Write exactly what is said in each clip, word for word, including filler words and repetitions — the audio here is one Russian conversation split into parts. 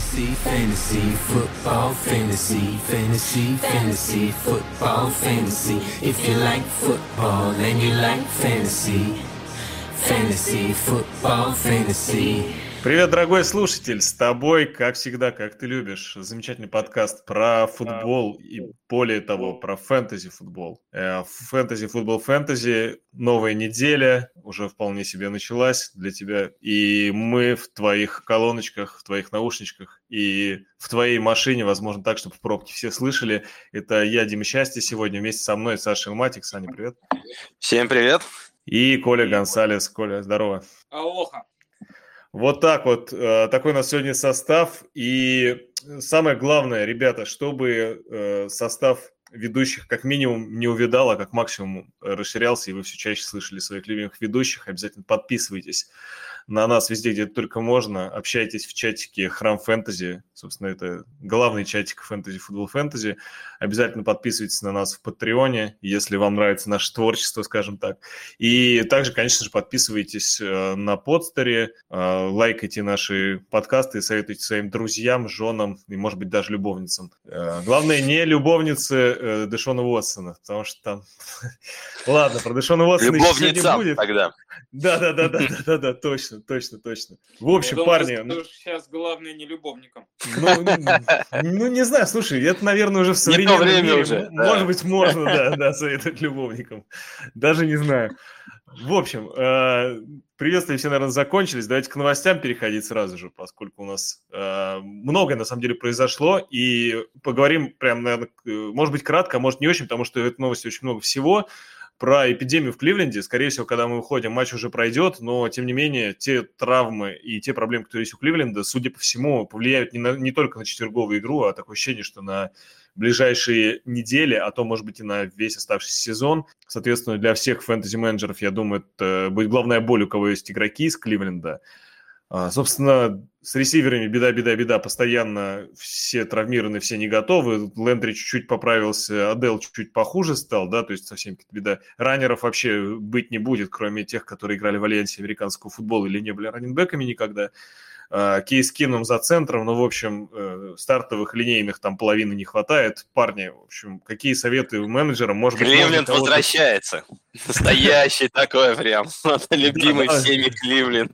Fantasy, fantasy, football, fantasy, fantasy, fantasy, football, fantasy. If you like football and you like fantasy, fantasy, football, fantasy. Привет, дорогой слушатель, с тобой, как всегда, как ты любишь, замечательный подкаст про футбол и, более того, про фэнтези-футбол. Фэнтези-футбол, фэнтези, новая неделя уже вполне себе началась для тебя, и мы в твоих колоночках, в твоих наушничках и в твоей машине, возможно, так, чтобы в пробке все слышали. Это я, Дима Счастье, сегодня вместе со мной Саша Илматик. Саня, привет. Всем привет. И Коля Гонсалес. Коля, здорово. Алоха. Вот так вот, такой у нас сегодня состав, и самое главное, ребята, чтобы состав ведущих как минимум не увядал, а как максимум расширялся, и вы все чаще слышали своих любимых ведущих, обязательно подписывайтесь на нас везде, где только можно, общайтесь в чатике Храм Фэнтези, собственно, это главный чатик фэнтези, футбол фэнтези, обязательно подписывайтесь на нас в Патреоне, если вам нравится наше творчество, скажем так, и также, конечно же, подписывайтесь на Подстере, лайкайте наши подкасты, советуйте своим друзьям, женам и, может быть, даже любовницам. Главное, не любовницы Дэшона Уотсона, потому что там... Ладно, про Дэшона Уотсона еще сегодня будет. Тогда. Да-да-да-да-да-да, точно, точно, точно. В общем, Я парни... думаю, что сейчас главное не любовником. Ну, ну, не знаю, слушай, это, наверное, уже в современном мире. Уже, может да. быть, можно, да, да, советовать любовникам. Даже не знаю. В общем, э, приветствия все, наверное, закончились. Давайте к новостям переходить сразу же, поскольку у нас э, многое, на самом деле, произошло. И поговорим прям, наверное, может быть, кратко, а может, не очень, потому что в этой новости очень много всего. Про эпидемию в Кливленде, скорее всего, когда мы выходим, матч уже пройдет, но, тем не менее, те травмы и те проблемы, которые есть у Кливленда, судя по всему, повлияют не, на, не только на четверговую игру, а такое ощущение, что на ближайшие недели, а то, может быть, и на весь оставшийся сезон. Соответственно, для всех фэнтези-менеджеров, я думаю, это будет главная боль, у кого есть игроки из Кливленда. А, собственно, с ресиверами беда-беда-беда, постоянно все травмированы, все не готовы. Лендри чуть-чуть поправился, Адел чуть-чуть похуже стал, да, то есть совсем беда. Раннеров вообще быть не будет, кроме тех, которые играли в альянсе американского футбола или не были раннинбэками никогда. Кейс Кином за центром, но, в общем, стартовых линейных там половины не хватает. Парни, в общем, какие советы менеджерам? Может быть, Кливленд возвращается. Настоящий такой прям. Любимый всеми Кливленд.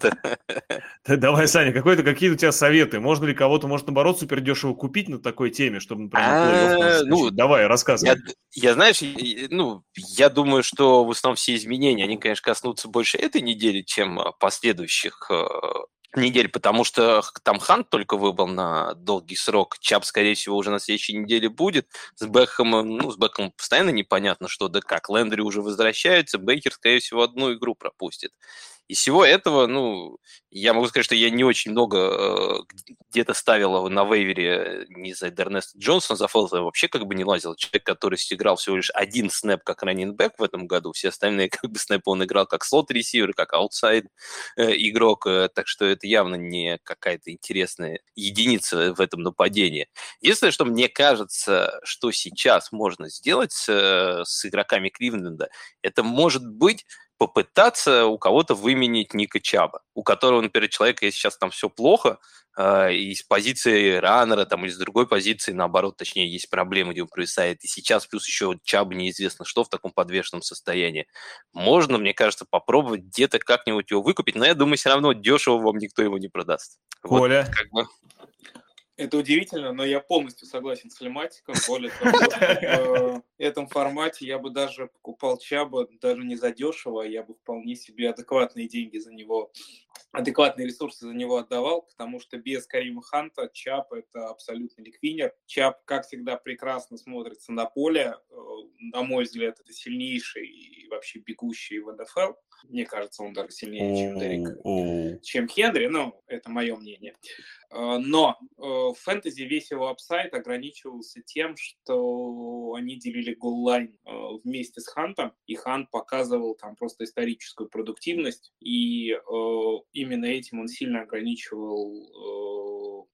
Давай, Саня, какой-то, какие у тебя советы? Можно ли кого-то, может, наоборот, супер дешево купить на такой теме, чтобы, например, ну, давай, рассказывай. Я, знаешь, ну, я думаю, что в основном все изменения, они, конечно, коснутся больше этой недели, чем последующих недель, потому что там Хант только выбыл на долгий срок, Чап, скорее всего, уже на следующей неделе будет, с Бекхэмом, ну, с Бекхэмом постоянно непонятно, что да как, Лендри уже возвращается, Бейкер, скорее всего, одну игру пропустит. Из всего этого, ну, я могу сказать, что я не очень много э, где-то ставил на вейвере не за Эрнеста Джонсона, за Фелта вообще как бы не лазил. Человек, который сыграл всего лишь один снэп как раннинбэк в этом году, все остальные как бы снэпы он играл как слот-ресивер, как аутсайд э, игрок, э, так что это явно не какая-то интересная единица в этом нападении. Единственное, что мне кажется, что сейчас можно сделать с, э, с игроками Кливленда, это может быть попытаться у кого-то выменить Ника Чаба, у которого, например, человека, если сейчас там все плохо, э, и с позиции раннера, там, или с другой позиции, наоборот, точнее, есть проблемы, где он провисает, и сейчас плюс еще Чаба неизвестно что в таком подвешенном состоянии. Можно, мне кажется, попробовать где-то как-нибудь его выкупить, но я думаю, все равно дешево вам никто его не продаст. Коля? Вот, как бы... Это удивительно, но я полностью согласен с Лематиком. Более того, в этом формате я бы даже покупал Чаба даже не задешево, я бы вполне себе адекватные деньги за него, адекватные ресурсы за него отдавал, потому что без Карима Ханта Чаб – это абсолютно ликвинер. Чаб, как всегда, прекрасно смотрится на поле. На мой взгляд, это сильнейший и вообще бегущий в эн эф эл. Мне кажется, он даже сильнее, чем Дерек, чем Хенри, ну, это мое мнение. Но в фэнтези весь его апсайд ограничивался тем, что они делили голлайн вместе с Хантом, и Хант показывал там просто историческую продуктивность, и именно этим он сильно ограничивал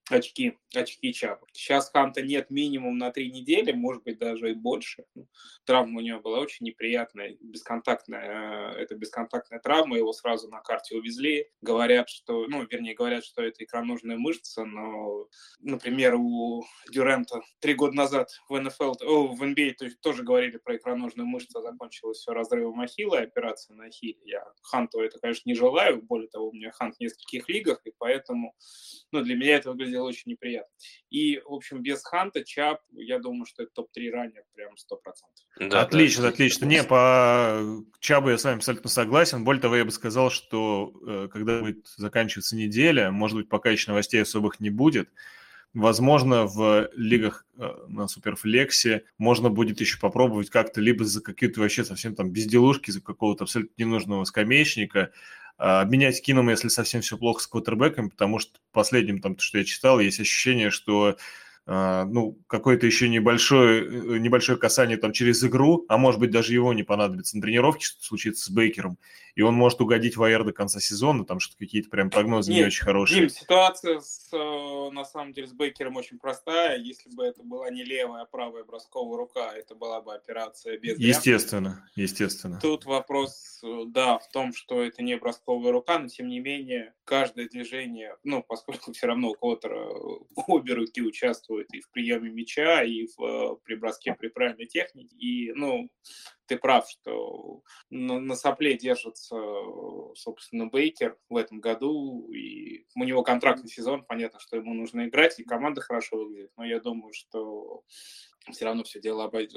очки, очки Чаба. Сейчас Ханта нет минимум на три недели, может быть, даже и больше. Травма у него была очень неприятная, бесконтактная. Это бесконтактная травма, его сразу на карте увезли. Говорят, что, ну, вернее, говорят, что это икроножная мышца, но, например, у Дюрента три года назад в эн эф эл, о, в эн би эй то есть, тоже говорили про икроножную мышцу, закончилось все разрывом ахилла, операция на ахилле. Я Ханту это, конечно, не желаю, более того, у меня Хант в нескольких лигах, и поэтому, ну, для меня это выглядит очень неприятно. И, в общем, без Ханта Чаб, я думаю, что это топ три раннер прям сто процентов. Да, отлично, да, отлично. Не, по Чабу я с вами абсолютно согласен. Более того, я бы сказал, что когда будет заканчиваться неделя, может быть, пока еще новостей особых не будет, возможно, в лигах на Суперфлексе можно будет еще попробовать как-то либо за какие-то вообще совсем там безделушки, за какого-то абсолютно ненужного скамеечника, обменять Кином, если совсем все плохо с квотербеком, потому что последним, там, что я читал, есть ощущение, что ну, какое-то еще небольшое, небольшое касание там через игру, а может быть даже его не понадобится на тренировке, что случится с Бейкером, и он может угодить в АР до конца сезона, там что-то какие-то прям прогнозы Нет, не очень хорошие. Дим, ситуация с, на самом деле с Бейкером очень простая. Если бы это была не левая, а правая бросковая рука, это была бы операция без Естественно, риакции. естественно. Тут вопрос, да, в том, что это не бросковая рука, но тем не менее каждое движение, ну, поскольку все равно у Коттера обе руки участвуют и в приеме мяча, и в, при броске при правильной технике, и, ну, ты прав, что на, на сопле держится, собственно, Бейкер в этом году, и у него контрактный сезон, понятно, что ему нужно играть, и команда хорошо выглядит, но я думаю, что все равно все дело обойдет,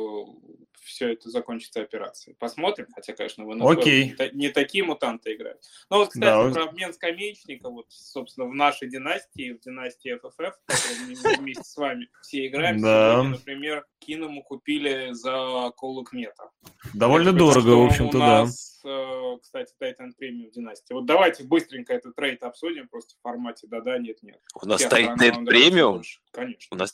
все это закончится операцией. Посмотрим, хотя, конечно, в эн эф эл не, не такие мутанты играют. Но вот, кстати, да. про обмен скамеечника, вот, собственно, в нашей династии, в династии эф эф эф, в которой мы вместе с вами все играем, да. Сегодня, например, Киному купили за Колу Кмета. Довольно это дорого, в общем-то, у нас, да. Кстати, Titan Premium в династии. Вот давайте быстренько этот трейд обсудим, просто в формате да-да, нет-нет. У нас Titan Premium? Конечно. У нас...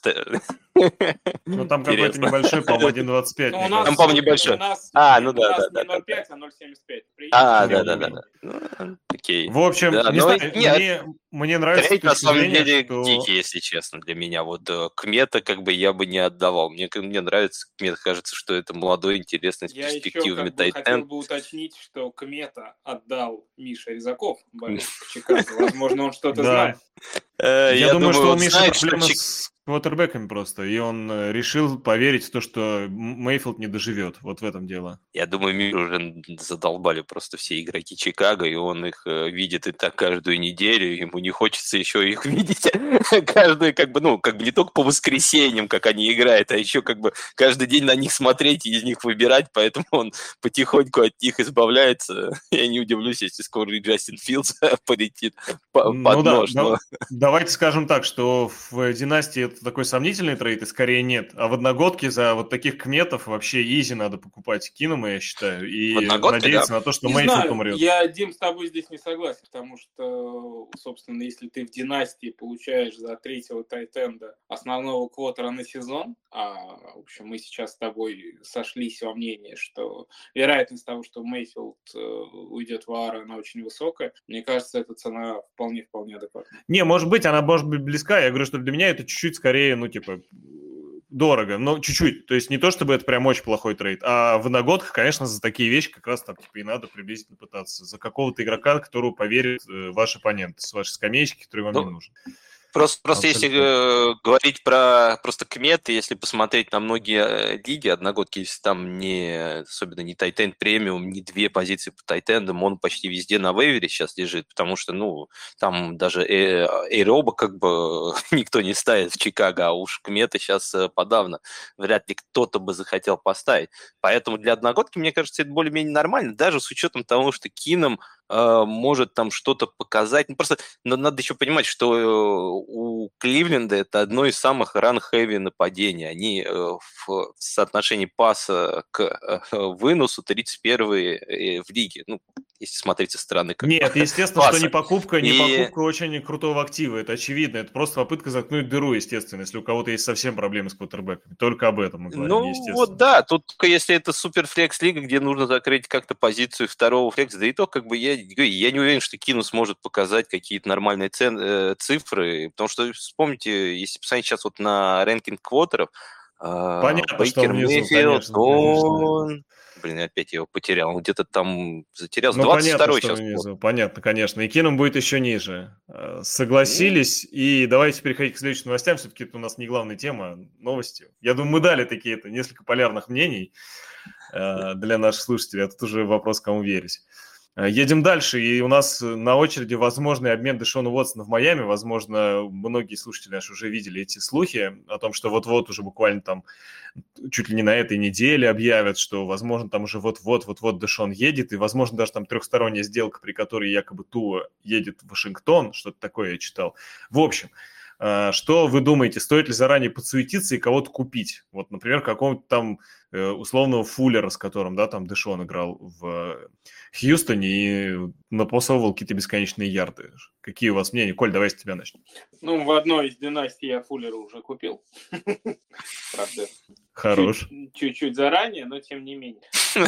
Ну, там какой-то небольшой, по-моему, один двадцать пять. Ну, там, по-моему, небольшой. А, ну да, да, да. не ноль пять, а ноль семьдесят пять. А, да, да, да. Ну, окей. В общем, да, не но... знаю, Нет, мне, мне нравится... Трейд, на самом зрения, деле, что... дикий, если честно, для меня. Вот Кмета как бы я бы не отдавал. Мне, мне нравится Кмет, кажется, что это молодой, интересный, с перспективами тайтенд. Я еще как бы хотел бы уточнить, что Кмета отдал Миша Резаков, болельщик Чикаго. Возможно, он что-то знает. Я думаю, что у Миши проблема с квотербеками просто, и он решил поверить в то, что Мейфилд не доживет. Вот в этом дело. Я думаю, Мишу уже задолбали просто все игроки Чикаго, и он их видит и так каждую неделю, ему не хочется еще их видеть каждую, как бы, ну, как бы не только по воскресеньям, как они играют, а еще как бы каждый день на них смотреть и из них выбирать, поэтому он потихоньку от них избавляется. Я не удивлюсь, если скоро и Джастин Филдс полетит под ну, нож. Да, но... Давайте скажем так, что в династии это такой сомнительный трейд, и скорее нет. А в одногодке за вот таких кметов вообще изи надо покупать Кинома, я считаю, и надеяться да. на то, что не Мейфилд знаю, умрет. Я, Дим, с тобой здесь не согласен, потому что, собственно, если ты в династии получаешь за третьего тайтенда основного квотера на сезон, а, в общем, мы сейчас с тобой сошлись во мнении, что вероятность того, что Мейфилд уйдет в ААР, она очень высокая, мне кажется, эта цена вполне-вполне адекватная. Не, может быть, она может быть близка. Я говорю, что для меня это чуть-чуть скорее, ну, типа, дорого, но чуть-чуть. То есть не то, чтобы это прям очень плохой трейд, а в иногодках, конечно, за такие вещи как раз там, типа, и надо приблизительно пытаться. За какого-то игрока, которого поверит ваш оппонент с вашей скамеечки, который вам ну, не нужен. Просто, просто если э, говорить про просто Кмет, если посмотреть на многие лиги, одногодки, если там не, особенно не Тайтенд премиум, не две позиции по Тайтендам, он почти везде на вейвере сейчас лежит, потому что, ну, там даже э, Эйроба как бы никто не ставит в Чикаго, а уж Кмета сейчас подавно вряд ли кто-то бы захотел поставить. Поэтому для одногодки, мне кажется, это более-менее нормально, даже с учетом того, что Кином может там что-то показать. Ну, просто надо еще понимать, что у Кливленда это одно из самых ран-хэви нападений. Они в соотношении паса к выносу тридцать первые в лиге. Ну, если смотреть со стороны. Как Нет, естественно, класса. что не покупка, не И... покупка очень крутого актива, это очевидно, это просто попытка заткнуть дыру, естественно, если у кого-то есть совсем проблемы с квотербеками, только об этом мы говорим, ну, естественно. Вот да, тут только если это суперфлекс-лига, где нужно закрыть как-то позицию второго флекса, да и то, как бы, я, я не уверен, что Кину сможет показать какие-то нормальные цен, э, цифры, потому что, вспомните, если посмотреть сейчас вот на рэнкинг квотеров, Понятно, Бейкер что внизу, Мейфилд, конечно, он... конечно. Блин, опять я его потерял. Он где-то там затерялся. Ну, двадцать второй понятно, сейчас. что внизу. Понятно, конечно. И Кином будет еще ниже. Согласились. Mm. И давайте переходить к следующим новостям. Все-таки это у нас не главная тема, новости. Я думаю, мы дали такие-то несколько полярных мнений для наших слушателей. А тут уже вопрос, кому верить. Едем дальше, и у нас на очереди возможный обмен Дэшона Уотсона в Майами. Возможно, многие слушатели наши уже видели эти слухи о том, что вот-вот уже буквально там чуть ли не на этой неделе объявят, что, возможно, там уже вот-вот-вот-вот Дэшон едет, и, возможно, даже там трехсторонняя сделка, при которой якобы Туа едет в Вашингтон, что-то такое я читал. В общем, что вы думаете, стоит ли заранее подсуетиться и кого-то купить? Вот, например, какого-то там условного Фуллера, с которым, да, там Дэшон играл в Хьюстоне и напасовывал какие-то бесконечные ярды. Какие у вас мнения? Коль, давай с тебя начнем. Ну, в одной из династий я Фуллера уже купил. Правда. Хорош. Чуть-чуть заранее, но тем не менее.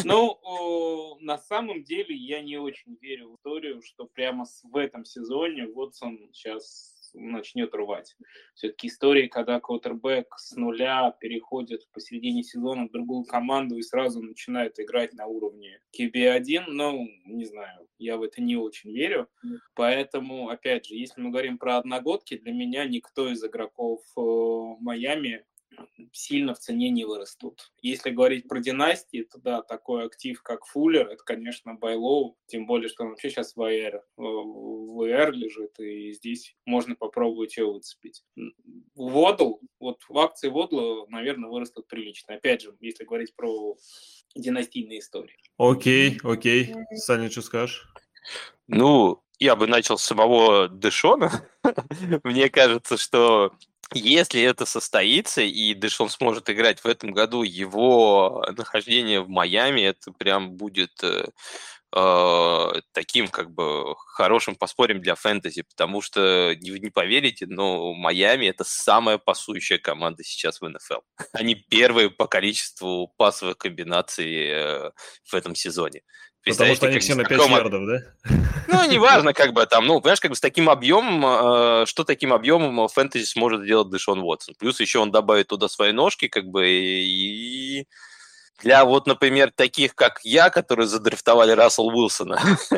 Ну, на самом деле я не очень верю в историю, что прямо в этом сезоне Уотсон сейчас начнет рвать. Все-таки истории, когда квотербек с нуля переходит посередине сезона в другую команду и сразу начинает играть на уровне кью би один, ну, не знаю, я в это не очень верю. Поэтому, опять же, если мы говорим про одногодки, для меня никто из игроков э, Майами сильно в цене не вырастут. Если говорить про династии, то да, такой актив, как Фуллер, это, конечно, байлоу, тем более, что он вообще сейчас в эй ар, в эй ар лежит, и здесь можно попробовать его выцепить. Водл, вот в акции Водла, наверное, вырастут прилично. Опять же, если говорить про династийные истории. Окей, окей. Саня, что скажешь? Ну, я бы начал с самого Дэшона. Мне кажется, что если это состоится, и Дэшон сможет играть в этом году, его нахождение в Майами, это прям будет э, э, таким как бы хорошим подспорьем для фэнтези, потому что, не, не поверите, но Майами – это самая пасующая команда сейчас в эн эф эл. Они первые по количеству пасовых комбинаций э, в этом сезоне. Потому что они все на пять таком... ярдов, да? Ну, неважно, как бы там, ну, понимаешь, как бы с таким объемом, э, что таким объемом фэнтези сможет сделать Дэшон Уотсон. Плюс еще он добавит туда свои ножки, как бы, и для вот, например, таких, как я, которые задрифтовали Рассела Уилсона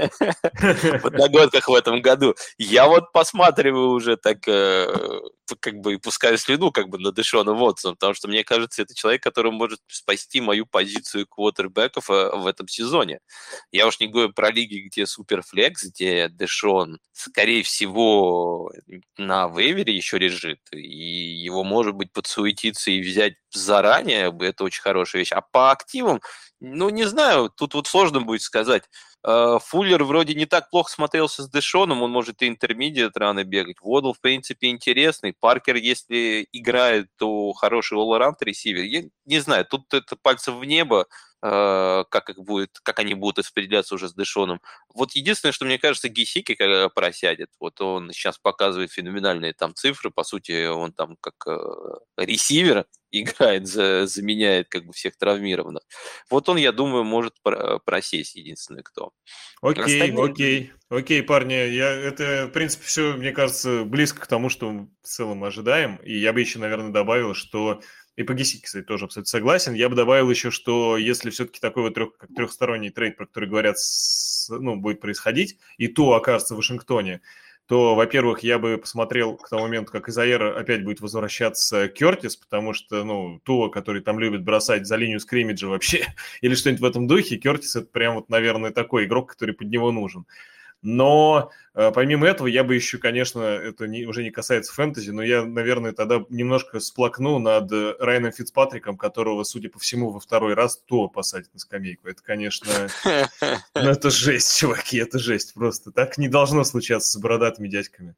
в одногодках в этом году, я вот посматриваю уже так, как бы, и пускаю слюну, как бы, на Дэшона Уотсона, потому что, мне кажется, это человек, который может спасти мою позицию квотербеков в этом сезоне. Я уж не говорю про лиги, где суперфлекс, где Дэшон, скорее всего, на вейвере еще лежит, и его, может быть, подсуетиться и взять заранее, это очень хорошая вещь. А по активам, ну, не знаю, тут вот сложно будет сказать. Фуллер вроде не так плохо смотрелся с Дэшоном, он может и интермедиат рано бегать. Водл, в принципе, интересный. Паркер, если играет, то хороший all-around ресивер. Я не знаю, тут это пальцев в небо, как, их будет, как они будут распределяться уже с Дэшоном. Вот единственное, что мне кажется, Гесики когда просядет. Вот он сейчас показывает феноменальные там цифры. По сути, он там как ресивер играет, заменяет как бы всех травмированных. Вот он, я думаю, может просесть, единственный кто. Окей, Остальные... окей, окей, парни, я, это, в принципе, все, мне кажется, близко к тому, что мы в целом ожидаем, и я бы еще, наверное, добавил, что, и по Гесике, кстати, тоже абсолютно согласен, я бы добавил еще, что если все-таки такой вот трех, как трехсторонний трейд, про который говорят, с, ну, будет происходить, и то окажется в Вашингтоне, то, во-первых, я бы посмотрел к тому моменту, как из Аэра опять будет возвращаться Кертис, потому что, ну, Туа, который там любит бросать за линию скриммиджа вообще, или что-нибудь в этом духе, Кертис – это прям вот, наверное, такой игрок, который под него нужен. Но э, помимо этого я бы еще, конечно, это не, уже не касается фэнтези, но я, наверное, тогда немножко сплакну над Райаном Фицпатриком, которого, судя по всему, во второй раз Туа посадит на скамейку. Это, конечно, ну это жесть, чуваки, это жесть просто. Так не должно случаться с бородатыми дядьками.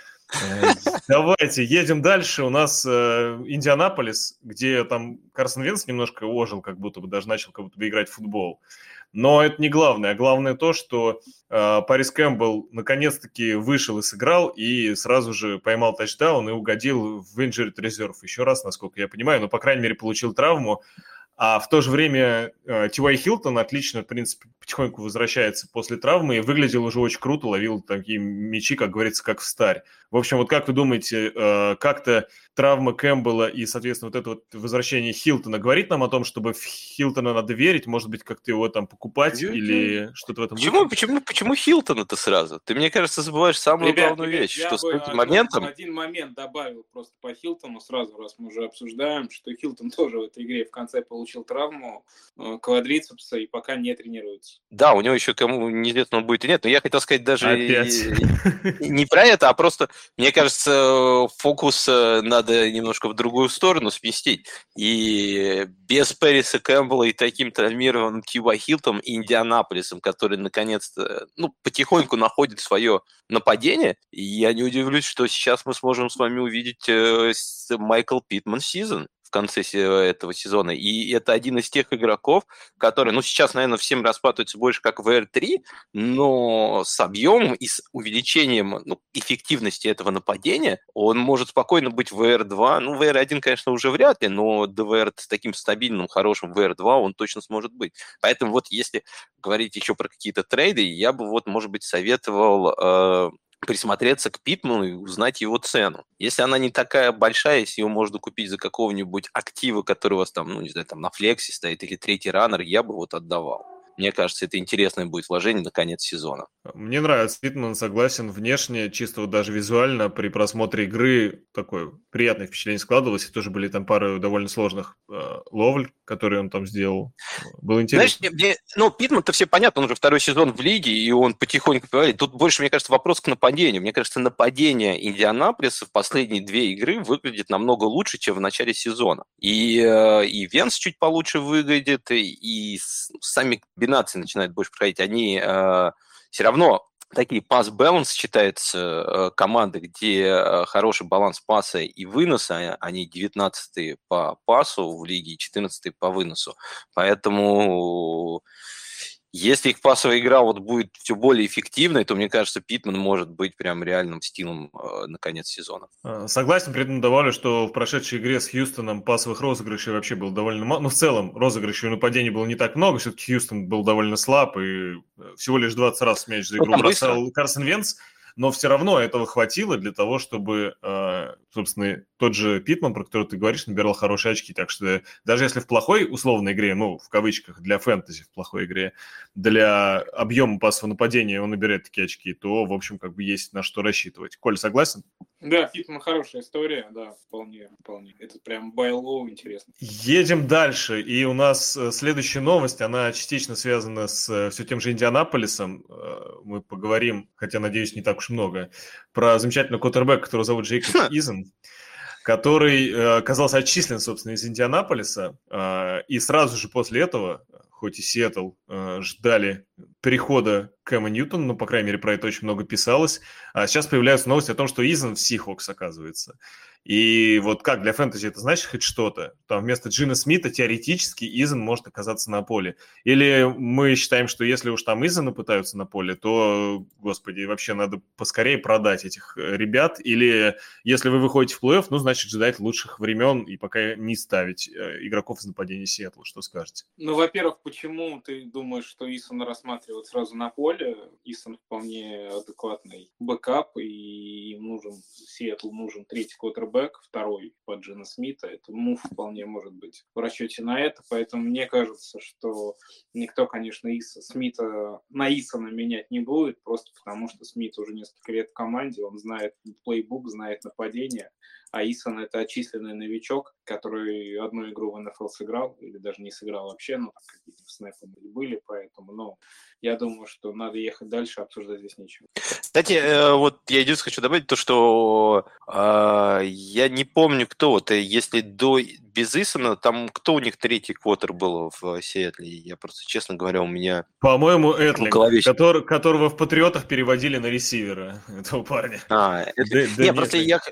Давайте, едем дальше. У нас э, Индианаполис, где там Карсон Венц немножко ожил, как будто бы даже начал как будто бы играть в футбол. Но это не главное. А главное то, что э, Парис Кэмпбелл наконец-таки вышел и сыграл, и сразу же поймал тачдаун и угодил в injured reserve еще раз, насколько я понимаю. Но, по крайней мере, получил травму. А в то же время э, Ти Уай Хилтон отлично, в принципе, потихоньку возвращается после травмы и выглядел уже очень круто, ловил такие мячи, как говорится, как в старь. В общем, вот как вы думаете, э, как-то травма Кэмпбелла и, соответственно, вот это вот возвращение Хилтона говорит нам о том, чтобы в Хилтона надо верить, может быть, как-то его там покупать Ю- или что-то в этом Почему, духе? почему, почему Хилтон-то сразу? Ты, мне кажется, забываешь самую Ребят, главную ребят, вещь, я что с бы этим один, моментом... один момент добавил просто по Хилтону сразу, раз мы уже обсуждаем, что Хилтон тоже в этой игре в конце получил травму э, квадрицепса и пока не тренируется. Да, у него еще кому неизвестно, он будет и нет, но я хотел сказать даже Опять. и- не про это, а просто, мне кажется, фокус э, надо немножко в другую сторону сместить. И без Пэриса Кэмпбелла и таким травмированным Ти Уай Хилтоном и Индианаполисом, который наконец-то ну, потихоньку находит свое нападение, и я не удивлюсь, что сейчас мы сможем с вами увидеть э, с- Майкл Питман сезон в конце се- этого сезона. И это один из тех игроков, который, ну, сейчас, наверное, всем рассматривается больше как ви ар три, но с объемом и с увеличением ну, эффективности этого нападения он может спокойно быть ви ар два. Ну, ви ар один, конечно, уже вряд ли, но ди ви ар с таким стабильным, хорошим ви ар два он точно сможет быть. Поэтому вот если говорить еще про какие-то трейды, я бы вот, может быть, советовал... э, присмотреться к Питману и узнать его цену. Если она не такая большая, если его можно купить за какого-нибудь актива, который у вас там, ну, не знаю, там на флексе стоит, или третий раннер, я бы вот отдавал. Мне кажется, это интересное будет вложение на конец сезона. Мне нравится Питман, согласен, внешне, чисто вот даже визуально при просмотре игры такое приятное впечатление складывалось, и тоже были там пары довольно сложных э, ловль, которые он там сделал. Было интересно. Знаешь, мне, ну, Питман-то все понятно, он уже второй сезон в лиге, и он потихоньку говорит. Тут больше, мне кажется, вопрос к нападению. Мне кажется, нападение Индианаполиса в последние две игры выглядит намного лучше, чем в начале сезона. И, э, и Венс чуть получше выглядит, и, и с- сами комбинации начинают больше проходить. Они э, все равно такие пас-баланс считается э, команды, где э, хороший баланс паса и выноса. Они девятнадцатые по пасу в лиге и четырнадцатые по выносу. Поэтому если их пасовая игра вот будет все более эффективной, то, мне кажется, Питман может быть прям реальным стилом э, на конец сезона. А, Согласен, при этом добавлю, что в прошедшей игре с Хьюстоном пасовых розыгрышей вообще было довольно мало. Ну, в целом, розыгрышей и нападений было не так много. Все-таки Хьюстон был довольно слаб, и всего лишь двадцать раз мяч за игру Ну, там быстро. бросал Карсон Венц. Но все равно этого хватило для того, чтобы, э, собственно, тот же Питман, про который ты говоришь, набирал хорошие очки. Так что даже если в плохой условной игре, ну, в кавычках, для фэнтези в плохой игре, для объема пасового нападения он набирает такие очки, то, в общем, как бы есть на что рассчитывать. Коль, согласен? Да, Питман хорошая история, да, вполне, вполне. Это прям байлоу интересно. Едем дальше, и у нас э, следующая новость, она частично связана с э, все тем же Индианаполисом. Э, Мы поговорим, хотя, надеюсь, не так уж много, про замечательного квотербека, которого зовут Джейкоб Изен, который э, оказался отчислен, собственно, из Индианаполиса, э, и сразу же после этого, хоть и Сиэтл э, ждали перехода Кэма Ньютона, ну, по крайней мере, про это очень много писалось, а сейчас появляются новости о том, что Изен в Сихокс оказывается. И вот как для фэнтези это значит хоть что-то? Там вместо Джина Смита теоретически Изен может оказаться на поле. Или мы считаем, что если уж там Изена пытаются на поле, то, господи, вообще надо поскорее продать этих ребят. Или если вы выходите в плей-офф, ну, значит, ждать лучших времен и пока не ставить игроков из нападения Сиэтла. Что скажете? Ну, во-первых, почему ты думаешь, что Исона рассматривают сразу на поле? Исон вполне адекватный бэкап, и им нужен, Сиэтлу нужен третий квотербек, второй под Джина Смита. Это мув вполне может быть в расчете на это, поэтому мне кажется, что никто, конечно, Иса, Смита на Исона менять не будет, просто потому что Смит уже несколько лет в команде, он знает плейбук, знает нападение, а Исон — это отчисленный новичок, который одну игру в эн эф эл сыграл, или даже не сыграл вообще, но какие-то снэпы были, поэтому, ну, я думаю, что надо ехать дальше, обсуждать здесь нечего. Кстати, вот я единственное хочу добавить то, что э, я не помню, кто вот, если до без Исона, там кто у них третий квотер был в Сиэтле? Я просто, честно говоря, у меня... По-моему, Этлинг, голове... который, которого в Патриотах переводили на ресивера, этого парня. А, это... Да, да не, нет, просто нет. я...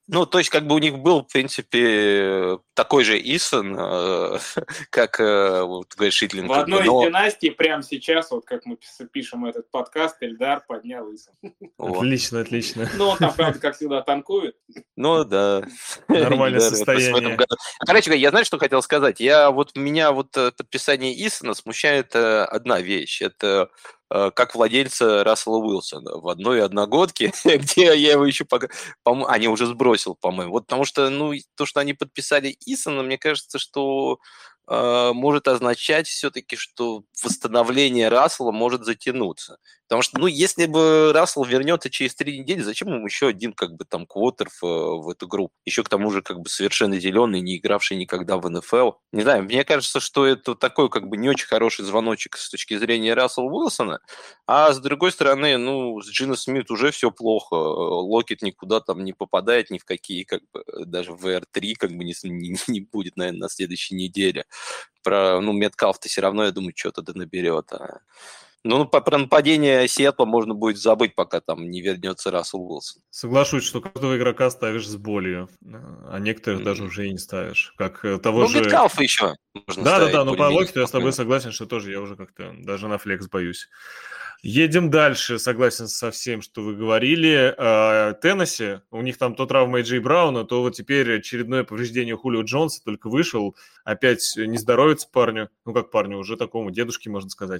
Ну, то есть, как бы у них был, в принципе, такой же Исон, э, как э, вот, Шитлин. В одной но... из династий прямо сейчас, вот как мы пишем этот подкаст, Эльдар поднял Исон. Отлично, отлично. Ну, он там, правда, как всегда, танкует. Ну, да. Нормальное состояние. Короче, я знаю, что хотел сказать. Я вот меня вот подписание Исона смущает одна вещь. Это как владельца Рассела Уилсона в одной одногодке, где я его еще пока... По-моему, а, не, уже сбросил, по-моему. Вот потому что, ну, то, что они подписали Исона, мне кажется, что э, может означать все-таки, что восстановление Рассела может затянуться. Потому что, ну, если бы Рассел вернется через три недели, зачем ему еще один, как бы, там, квотер в, в эту группу? Еще к тому же, как бы, совершенно зеленый, не игравший никогда в эн эф эл. Не знаю, мне кажется, что это такой, как бы, не очень хороший звоночек с точки зрения Рассела Уилсона. А с другой стороны, ну, с Джино Смит уже все плохо. Локет никуда там не попадает, ни в какие, как бы, даже в эр три, как бы, не, не, не будет, наверное, на следующей неделе. Про, ну, Меткалф-то все равно, я думаю, что-то да наберет. А... Ну, про нападение Сиэтла можно будет забыть, пока там не вернется Рассел Уилсон. Соглашусь, что каждого игрока ставишь с болью, а некоторых mm-hmm. даже уже и не ставишь. Как того ну, же... Меткалфа еще можно да, ставить. Да-да-да, но по Локету я с тобой согласен, что тоже я уже как-то даже на флекс боюсь. Едем дальше. Согласен со всем, что вы говорили. Теннесси, у них там то травма Эйджей Брауна, то вот теперь очередное повреждение Хулио Джонса только вышел. Опять не здоровится парню. Ну, как парню, уже такому дедушке, можно сказать.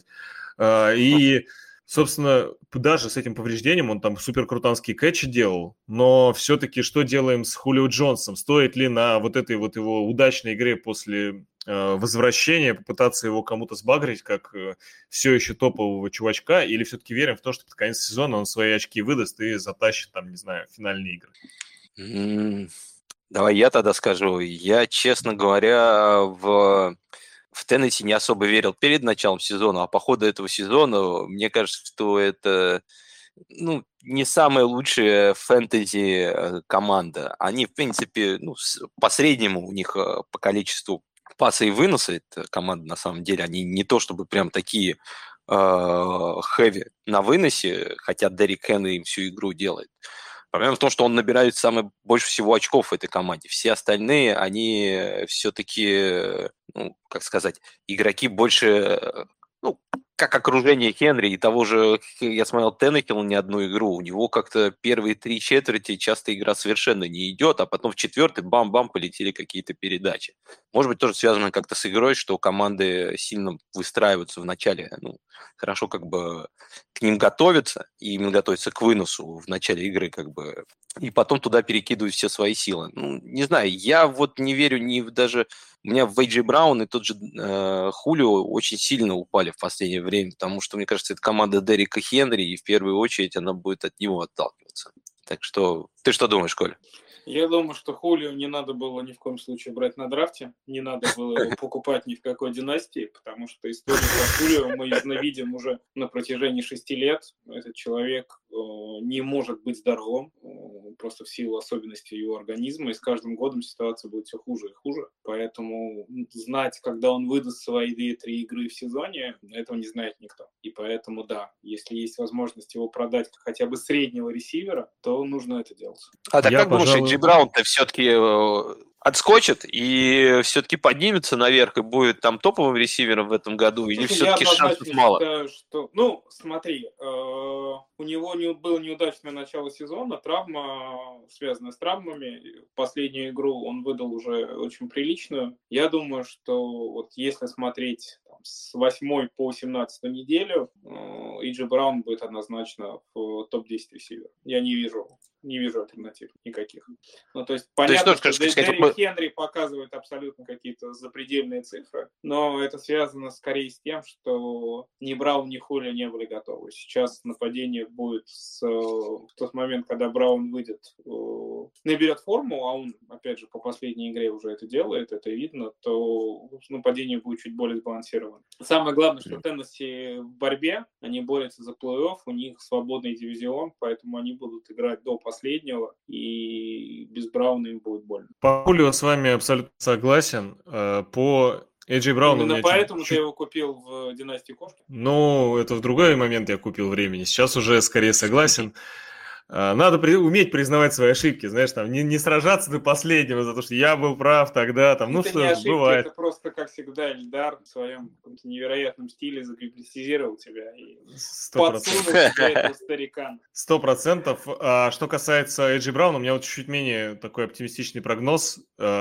И, собственно, даже с этим повреждением он там суперкрутанские кэтчи делал. Но все-таки что делаем с Хулио Джонсом? Стоит ли на вот этой вот его удачной игре после... возвращение, попытаться его кому-то сбагрить, как все еще топового чувачка, или все-таки верим в то, что под конец сезона он свои очки выдаст и затащит, там, не знаю, финальные игры? Mm, давай я тогда скажу. Я, честно говоря, в, в Теннесси не особо верил перед началом сезона, а по ходу этого сезона мне кажется, что это... ну, не самая лучшая фэнтези команда. Они, в принципе, ну, по среднему у них по количеству пасы и выносы, это команда, на самом деле, они не то чтобы прям такие хэви э, на выносе, хотя Деррик Хенри им всю игру делает. Проблема в том, что он набирает самое больше всего очков в этой команде. Все остальные, они все-таки, ну, как сказать, игроки больше... ну, как окружение Хенри и того же, я смотрел Теннехилл не одну игру, у него как-то первые три четверти часто игра совершенно не идет, а потом в четвертой бам-бам полетели какие-то передачи. Может быть, тоже связано как-то с игрой, что команды сильно выстраиваются в начале, ну, хорошо как бы к ним готовятся, и именно готовятся к выносу в начале игры, как бы, и потом туда перекидывают все свои силы. Ну, не знаю, я вот не верю ни в даже... У меня в Эйджей Браун и тот же э, Хулио очень сильно упали в последнее время, потому что, мне кажется, это команда Деррика Хенри, и в первую очередь она будет от него отталкиваться. Так что, ты что думаешь, Коля? Я думаю, что Хулио не надо было ни в коем случае брать на драфте, не надо было его покупать ни в какой династии, потому что историю про Хулио мы видим уже на протяжении шести лет. Этот человек э, не может быть здоровым, э, просто в силу особенностей его организма, и с каждым годом ситуация будет все хуже и хуже. Поэтому знать, когда он выдаст свои две-три игры в сезоне, этого не знает никто. И поэтому, да, если есть возможность его продать хотя бы среднего ресивера, то нужно это делать. А так Я, как пожалуй... думаешь, Эйджей Браун-то все-таки отскочит и все-таки поднимется наверх и будет там топовым ресивером в этом году, или все-таки шансов мало? Считаю, что... Ну, смотри, э, у него не, было неудачное начало сезона, травма, связанная с травмами. Последнюю игру он выдал уже очень приличную. Я думаю, что вот если смотреть там, с восьмой по семнадцатую неделю, Эйджей Браун будет однозначно в топ десять ресиверов. Я не вижу Не вижу альтернатив никаких. Ну, то есть, понятно, то есть, что сказать, Деррик сказать, Хенри показывает абсолютно какие-то запредельные цифры, но это связано скорее с тем, что ни Браун, ни Хулио не были готовы. Сейчас нападение будет с, в тот момент, когда Браун выйдет, наберет форму, а он, опять же, по последней игре уже это делает, это видно, то нападение будет чуть более сбалансировано. Самое главное, что Теннесси в борьбе, они борются за плей-офф, у них свободный дивизион, поэтому они будут играть до последнего, и без Брауна им будет больно. По Хулио с вами абсолютно согласен. По Эйджей Брауну... Именно поэтому чуть... ты его купил в «Династии кошки»? Ну, это в другой момент я купил времени. Сейчас уже скорее согласен. Надо при, уметь признавать свои ошибки, знаешь, там, не, не сражаться до последнего за то, что я был прав тогда, там, ну это что не ж, ошибки, бывает. Это просто, как всегда, Эльдар в своем каком-то невероятном стиле загипнотизировал тебя и подсунул тебе этого старикана. Сто процентов. А что касается Эйджи Брауна, у меня вот чуть-чуть менее такой оптимистичный прогноз.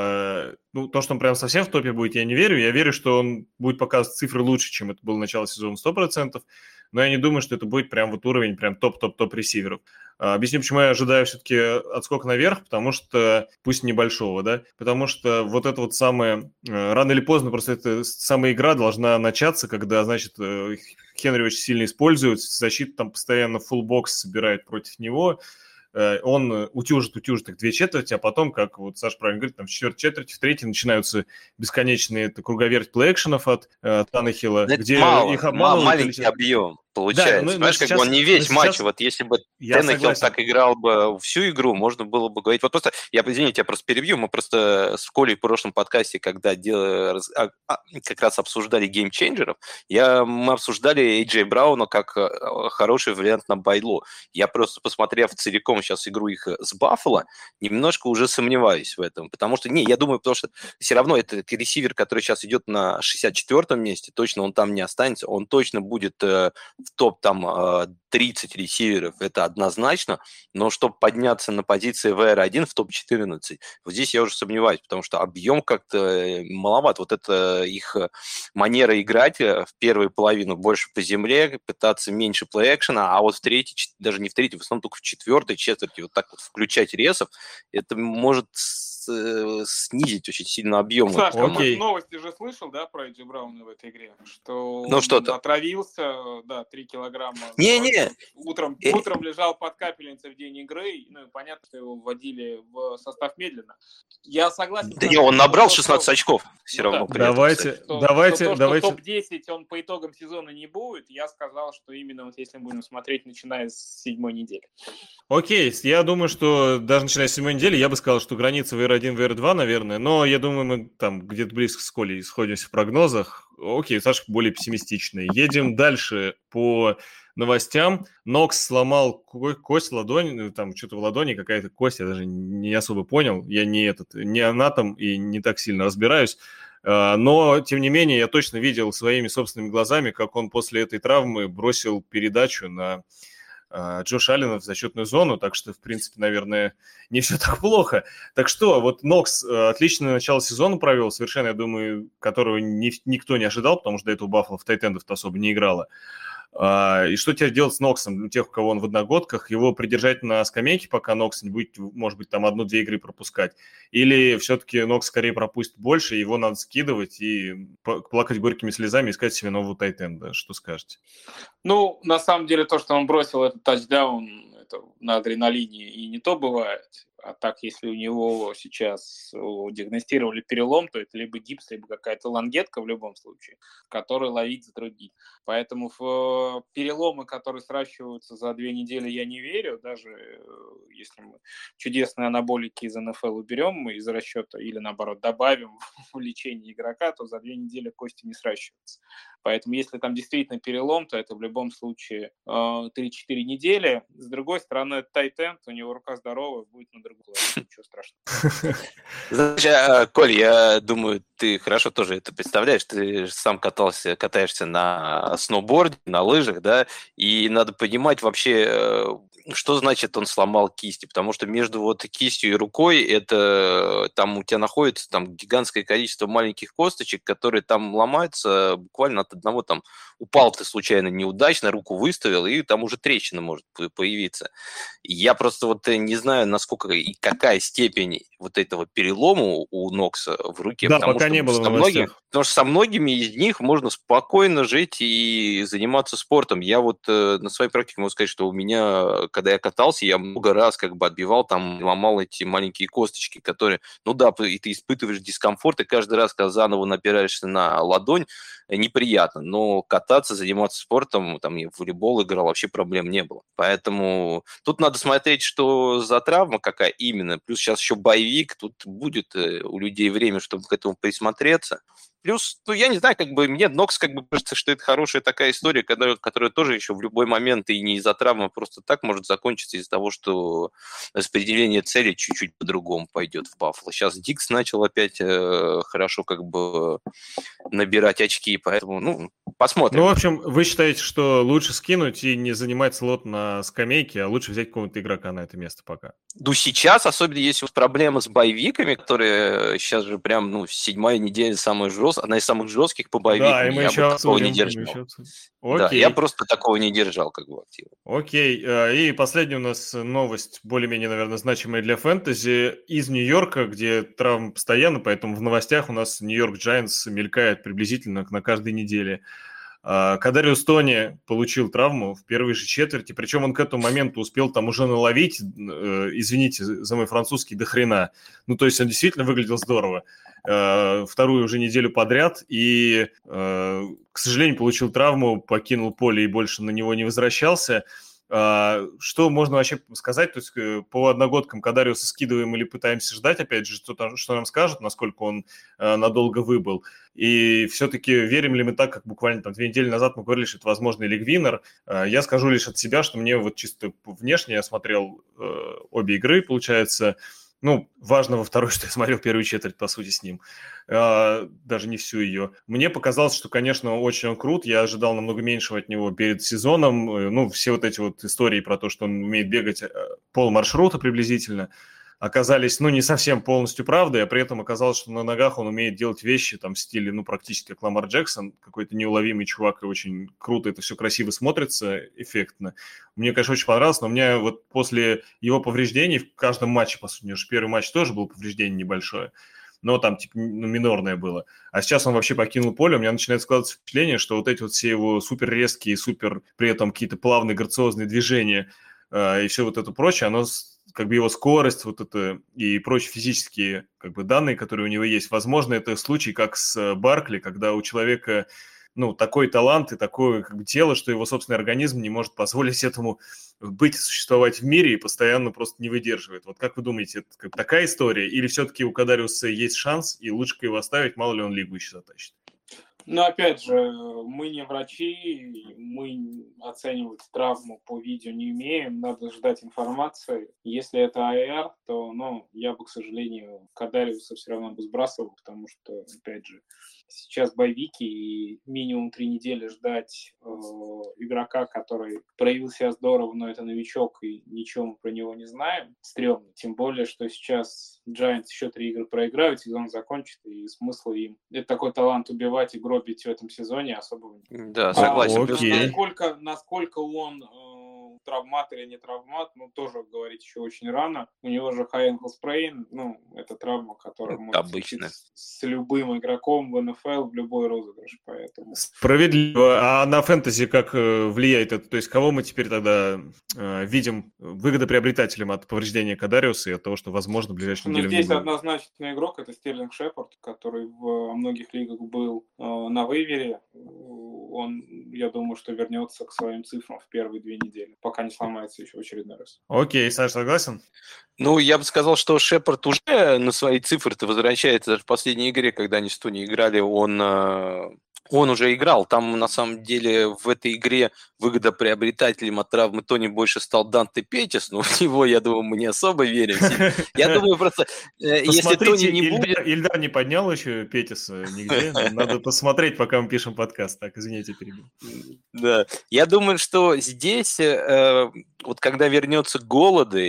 Ну, то, что он прям совсем в топе будет, я не верю. Я верю, что он будет показывать цифры лучше, чем это было начало сезона, сто процентов. Но я не думаю, что это будет прям вот уровень прям топ-топ-топ ресиверов. Объясню, почему я ожидаю все-таки отскок наверх, потому что, пусть небольшого, да, потому что вот это вот самое, рано или поздно просто эта самая игра должна начаться, когда, значит, Хенри очень сильно использует, защита там постоянно фуллбокс собирает против него, он утюжит, утюжит их две четверти, а потом, как вот Саша правильно говорит, там в четвертой четверти, в третьей начинаются бесконечные это, круговерть плей-экшенов от э, Таннехилла, где мало, их обманывают. Маленький или... объем. Получается, да, ну, понимаешь, как бы он не весь матч, вот если бы Теннехилл так играл бы всю игру, можно было бы говорить, вот просто, я, извините, я просто перебью, мы просто с Колей в прошлом подкасте, когда дел... как раз обсуждали геймчейнджеров, я... мы обсуждали Эйджей Брауна как хороший вариант на байло. Я просто, посмотрев целиком сейчас игру их с Баффало, немножко уже сомневаюсь в этом, потому что, не, я думаю, потому что все равно это ресивер, который сейчас идет на шестьдесят четвёртом месте, точно он там не останется, он точно будет в топ там тридцать ресиверов, это однозначно, но чтобы подняться на позиции ви ар один в топ четырнадцать, вот здесь я уже сомневаюсь, потому что объем как-то маловат. Вот это их манера играть в первую половину больше по земле, пытаться меньше плей-экшена, а вот в третьей, даже не в третьей, в основном только в четвертой четверти вот так вот включать ресов, это может снизить очень сильно объем. Саш, вот. Ты новости же слышал, да, про Эйджи Брауна в этой игре? Что ну, он что-то. отравился, да, три килограмма. Не-не. Утром, э... утром лежал под капельницей в день игры, ну и понятно, что его вводили в состав медленно. Я согласен. Да не, он набрал шестнадцать что... очков все ну, равно. Да. Давайте, этом, что, давайте, что, давайте. Что топ десять он по итогам сезона не будет, я сказал, что именно вот если мы будем смотреть, начиная с седьмой недели. Окей, я думаю, что даже начиная с седьмой недели, я бы сказал, что граница ви ар один, ви ар два, наверное, но я думаю, мы там где-то близко с Колей сходимся в прогнозах. Окей, Саша более пессимистичный. Едем дальше по новостям. Нокс сломал кость, ладонь, там что-то в ладони, какая-то кость, я даже не особо понял. Я не этот, не анатом и не так сильно разбираюсь. Но, тем не менее, я точно видел своими собственными глазами, как он после этой травмы бросил передачу на Джош Аллена в зачетную зону, так что, в принципе, наверное, не все так плохо. Так что, вот Нокс отличное начало сезона провел, совершенно, я думаю, которого ни, никто не ожидал, потому что до этого Баффало в тайтендов-то особо не играло. И что теперь делать с Ноксом? У тех, у кого он в одногодках, его придержать на скамейке, пока Нокс не будет, может быть, там одну-две игры пропускать? Или все-таки Нокс скорее пропустит больше, его надо скидывать и плакать горькими слезами, искать себе нового тайтенда? Что скажете? Ну, на самом деле, то, что он бросил этот тачдаун, это на адреналине и не то бывает. А так, если у него сейчас диагностировали перелом, то это либо гипс, либо какая-то лангетка в любом случае, которую ловить затруднит. Поэтому в переломы, которые сращиваются за две недели, я не верю. Даже если мы чудесные анаболики из эн эф эл уберем из расчета или, наоборот, добавим в лечение игрока, то за две недели кости не сращиваются. Поэтому если там действительно перелом, то это в любом случае три-четыре недели. С другой стороны, тайтенд, у него рука здоровая, будет на другую. Ничего страшного. Знаешь, Коль, я думаю, ты хорошо тоже это представляешь. Ты сам катался, катаешься на сноуборде, на лыжах, да, и надо понимать вообще, что значит он сломал кисти, потому что между вот кистью и рукой это там у тебя находится там гигантское количество маленьких косточек, которые там ломаются буквально от одного там упал ты случайно неудачно, руку выставил, и там уже трещина может появиться. Я просто вот не знаю, насколько и какая степень вот этого перелома у Нокса в руке. Да, пока не было в новостях. Потому что со многими из них можно спокойно жить и заниматься спортом. Я вот э, на своей практике могу сказать, что у меня, когда я катался, я много раз как бы отбивал, там, ломал эти маленькие косточки, которые, ну да, и ты испытываешь дискомфорт, и каждый раз, когда заново напираешься на ладонь, неприятно. Но кататься, заниматься спортом, там, я в волейбол играл, вообще проблем не было. Поэтому тут надо смотреть, что за травма, какая именно. Плюс сейчас еще боевик, тут будет у людей время, чтобы к этому присмотреться. Плюс, ну, я не знаю, как бы мне Нокс, как бы, кажется, что это хорошая такая история, которая, которая тоже еще в любой момент и не из-за травмы, а просто так может закончиться из-за того, что распределение целей чуть-чуть по-другому пойдет в Баффало. Сейчас Дикс начал опять э, хорошо как бы набирать очки, поэтому, ну, посмотрим. Ну, в общем, вы считаете, что лучше скинуть и не занимать слот на скамейке, а лучше взять какого-то игрока на это место пока? Ну, сейчас, особенно если проблемы с боевиками, которые сейчас же прям, ну, седьмая неделя самая жесткая, одна из самых жестких по боевикам, да, и мы я еще бы такого обсудим, не держал. еще Да, я просто такого не держал, как бы, активно. Окей, и последняя у нас новость, более-менее, наверное, значимая для фэнтези, из Нью-Йорка, где травмы постоянно, поэтому в новостях у нас Нью-Йорк Джайантс мелькает приблизительно на каждой неделе. Кадариус Тони получил травму в первой же четверти, причем он к этому моменту успел там уже наловить, извините за мой французский, до хрена. Ну, то есть он действительно выглядел здорово. Вторую уже неделю подряд и, к сожалению, получил травму, покинул поле и больше на него не возвращался. Что можно вообще сказать? То есть по одногодкам Кадариуса скидываем или пытаемся ждать, опять же, что, там, что нам скажут, насколько он надолго выбыл. И все-таки верим ли мы так, как буквально там две недели назад мы говорили, что это возможный лиг-виннер. Я скажу лишь от себя, что мне вот чисто внешне, я смотрел обе игры, получается. Ну, важно во второй, что я смотрел первую четверть, по сути, с ним. А, даже не всю ее. Мне показалось, что, конечно, очень он крут. Я ожидал намного меньшего от него перед сезоном. Ну, все вот эти вот истории про то, что он умеет бегать полмаршрута приблизительно, оказались, ну, не совсем полностью правдой, а при этом оказалось, что на ногах он умеет делать вещи там в стиле, ну, практически как Ламар Джексон, какой-то неуловимый чувак, и очень круто это все красиво смотрится, эффектно. Мне, конечно, очень понравилось, но у меня вот после его повреждений в каждом матче, по сути, уже первый матч тоже был повреждение небольшое, но там, типа, ну, минорное было. А сейчас он вообще покинул поле, у меня начинает складываться впечатление, что вот эти вот все его супер резкие, супер при этом какие-то плавные, грациозные движения э, и все вот это прочее, оно... как бы его скорость, вот это и прочие физические как бы данные, которые у него есть. Возможно, это случай, как с Баркли, когда у человека, ну, такой талант и такое как бы тело, что его собственный организм не может позволить этому быть, существовать в мире и постоянно просто не выдерживает. Вот как вы думаете, это как такая история? Или все-таки у Кадариуса есть шанс, и лучше его оставить, мало ли он лигу еще затащит? Но опять же, мы не врачи, мы оценивать травму по видео не умеем, надо ждать информации. Если это АР, то, ну, я бы, к сожалению, Кадариуса все равно бы сбрасывал, потому что, опять же, сейчас боевики и минимум три недели ждать э, игрока, который проявил себя здорово, но это новичок и ничего мы про него не знаем, стрёмно. Тем более, что сейчас Giants еще три игры проиграют, сезон закончит, и смысла им. Это такой талант убивать и гробить в этом сезоне особого нет. Да, согласен. А, окей. Насколько, насколько он э, травмат или не травмат, ну, тоже говорить еще очень рано. У него же high ankle sprain, ну, это травма, которая может обычно с, с любым игроком в эн эф эл в любой розыгрыш, поэтому... Справедливо. А на фэнтези как влияет это? То есть кого мы теперь тогда э, видим выгодоприобретателем от повреждения Кадариуса и от того, что, возможно, в ближайшую неделю... Ну, здесь однозначно игрок, это Стерлинг Шепард, который в многих лигах был э, на вейвере. Он, я думаю, что вернется к своим цифрам в первые две недели, пока не сломается еще в очередной раз. Окей, Саш, согласен? Ну, я бы сказал, что Шепард уже на свои цифры-то возвращается. Даже в последней игре, когда они с Тони играли, он... Он уже играл. Там, на самом деле, в этой игре выгодоприобретателем от травмы Тони больше стал Данте Петис, но в него, я думаю, мы не особо верим. Я думаю, просто, если Тони не будет... Ильдар не поднял еще Петиса нигде. Надо посмотреть, пока мы пишем подкаст. Так, извините, перебил. Да. Я думаю, что здесь, вот когда вернется голоды,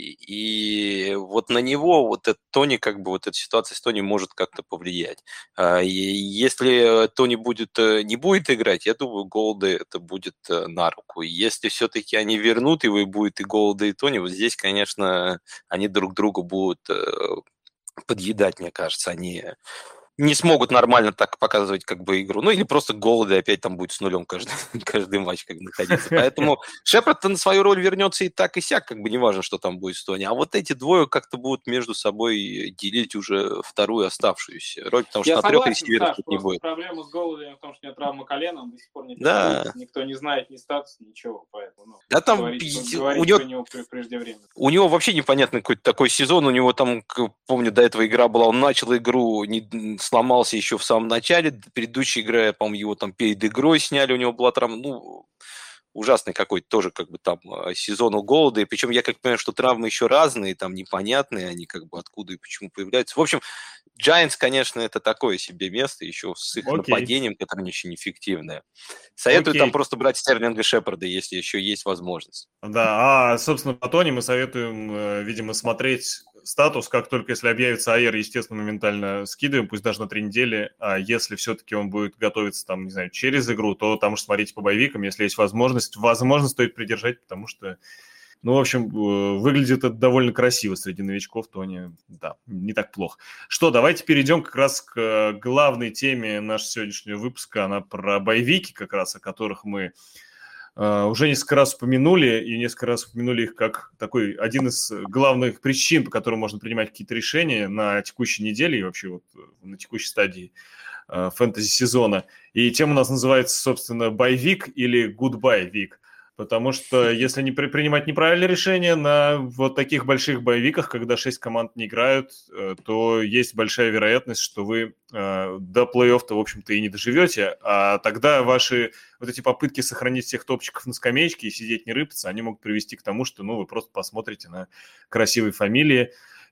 и вот на него вот этот Тони, как бы вот эта ситуация с Тони может как-то повлиять. И если Тони будет, не будет играть, я думаю, голоды это будет на руку. И если все-таки они вернут его, и будет и голоды, и Тони, вот здесь, конечно, они друг другу будут подъедать, мне кажется. Они не смогут нормально так показывать как бы игру. Ну или просто голоды опять там будет с нулем каждый, каждый матч как бы находиться. Поэтому Шепард на свою роль вернется и так, и сяк, как бы неважно, что там будет с Тони. А вот эти двое как-то будут между собой делить уже вторую оставшуюся роль, потому что Я на согласен, трех ресиверах Саш, не будет. Проблема с голодом в том, что у него травма колена, он до сих пор не да. тренируется, никто не знает ни статус, ничего, поэтому ну, да там говорить, у, говорить него, про него преждевременно. У него вообще непонятный какой-то такой сезон, у него там, помню, до этого игра была, он начал игру не, сломался еще в самом начале. Предыдущей игры, по-моему, его там перед игрой сняли, у него была травма. Ну, ужасный какой-то тоже как бы там сезон у голода. И причем я как понимаю, что травмы еще разные, там непонятные, они как бы откуда и почему появляются. В общем, Giants, конечно, это такое себе место, еще с их Окей. нападением, которое не очень эффективное. Советую Окей. там просто брать Стерлинга Шепарда, если еще есть возможность. Да, а, собственно, по Тони мы советуем, видимо, смотреть статус, как только если объявится АЕР, естественно, моментально скидываем, пусть даже на три недели, а если все-таки он будет готовиться, там, не знаю, через игру, то там уж смотрите по боевикам, если есть возможность, возможно, стоит придержать, потому что, ну, в общем, выглядит это довольно красиво среди новичков, Тони, да, не так плохо. Что, давайте перейдем как раз к главной теме нашего сегодняшнего выпуска, она про боевики как раз, о которых мы Uh, уже несколько раз упомянули, и несколько раз упомянули их как такой один из главных причин, по которым можно принимать какие-то решения на текущей неделе и вообще вот на текущей стадии uh, фэнтези-сезона. И тема у нас называется, собственно, боевик или goodbye вик. Потому что если не при, принимать неправильное решение на вот таких больших боевиках, когда шесть команд не играют, то есть большая вероятность, что вы э, до плей-оффа, в общем-то, и не доживете, а тогда ваши вот эти попытки сохранить всех топчиков на скамеечке и сидеть не рыпаться, они могут привести к тому, что ну, вы просто посмотрите на красивые фамилии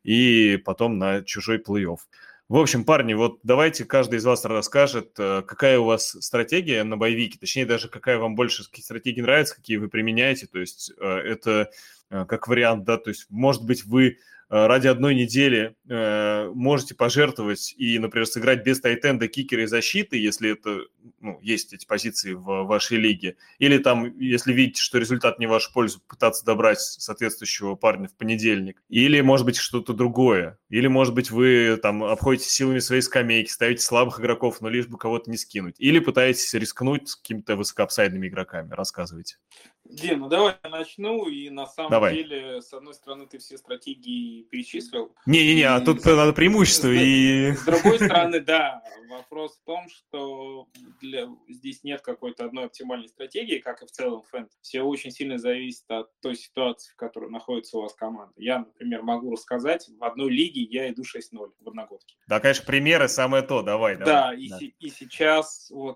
и потом на чужой плей-офф. В общем, парни, вот давайте каждый из вас расскажет, какая у вас стратегия на боевике, точнее даже какая вам больше какие стратегии нравятся, какие вы применяете, то есть это как вариант, да, то есть может быть вы ради одной недели можете пожертвовать и, например, сыграть без тайтенда, кикера и защиты, если это, ну, есть эти позиции в вашей лиге, или там, если видите, что результат не в вашу пользу, пытаться добрать соответствующего парня в понедельник, или, может быть, что-то другое, или, может быть, вы там обходите силами своей скамейки, ставите слабых игроков, но лишь бы кого-то не скинуть, или пытаетесь рискнуть с какими-то высокоапсайдными игроками. Рассказывайте. Дим, ну давай я начну, и на самом давай. деле, с одной стороны, ты все стратегии перечислил. Не-не-не, а тут с... надо преимущество. С, и... с другой стороны, да, вопрос в том, что для... здесь нет какой-то одной оптимальной стратегии, как и в целом фэнтези. Все очень сильно зависит от той ситуации, в которой находится у вас команда. Я, например, могу рассказать, в одной лиге я иду шесть ноль в одногодке. Да, конечно, примеры самое то, давай, да, давай. И, да, и, и сейчас, вот,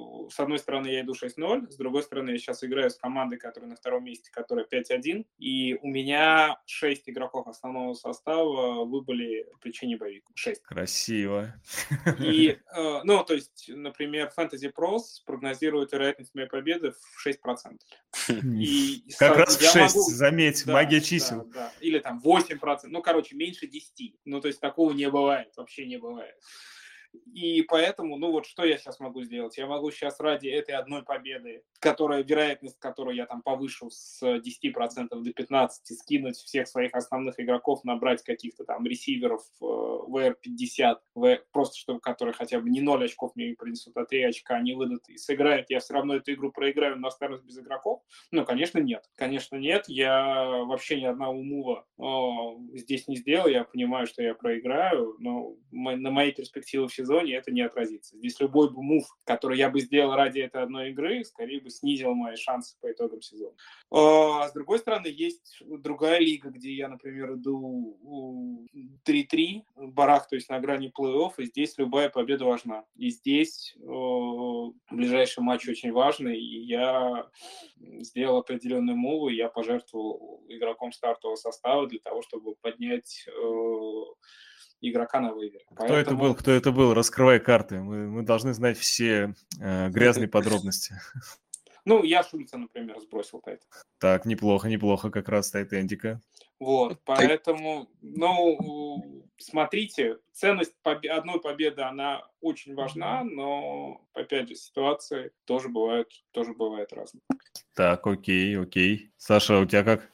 с одной стороны, я иду шесть ноль, с другой стороны, я сейчас играю с командой, которая на втором месте, которая пять один, и у меня шесть игроков основного состава выбыли по причине боевика. шесть. Красиво. И, э, ну, то есть, например, Fantasy Pros прогнозирует вероятность моей победы в шесть процентов. И как со... раз в шесть, могу... заметь, да, магия чисел. Да, да. Или там восемь процентов, ну, короче, меньше десяти. Ну, то есть, такого не бывает, вообще не бывает. И поэтому, ну вот что я сейчас могу сделать? Я могу сейчас ради этой одной победы, которая, вероятность которой я там повышу с десяти процентов до пятнадцати процентов, скинуть всех своих основных игроков, набрать каких-то там ресиверов в эр пятьдесят, просто чтобы которые хотя бы не ноль очков мне принесут, а три очка они выдадут и сыграют, я все равно эту игру проиграю, но останусь без игроков? Ну, конечно, нет. Конечно, нет. Я вообще ни одного мува о, здесь не сделал. Я понимаю, что я проиграю, но на моей перспективе в сезоне это не отразится. Здесь любой бы мув, который я бы сделал ради этой одной игры, скорее бы снизил мои шансы по итогам сезона. А с другой стороны, есть другая лига, где я, например, иду три-три, барахтаюсь на грани плей-офф, и здесь любая победа важна. И здесь о, ближайший матч очень важный, и я сделал определенные мувы, я пожертвовал игроком стартового состава для того, чтобы поднять... О, игрока на вейвере. Кто Поэтому... это был? Кто это был? Раскрывай карты. Мы, мы должны знать все э, грязные подробности. Ну, я Шульца, например, сбросил тайт. Так, неплохо, неплохо, как раз тайтендика. Вот, поэтому, ну, смотрите, ценность побе- одной победы, она очень важна, но, опять же, ситуации тоже бывают, тоже бывают разные. Так, окей, окей. Саша, у тебя как?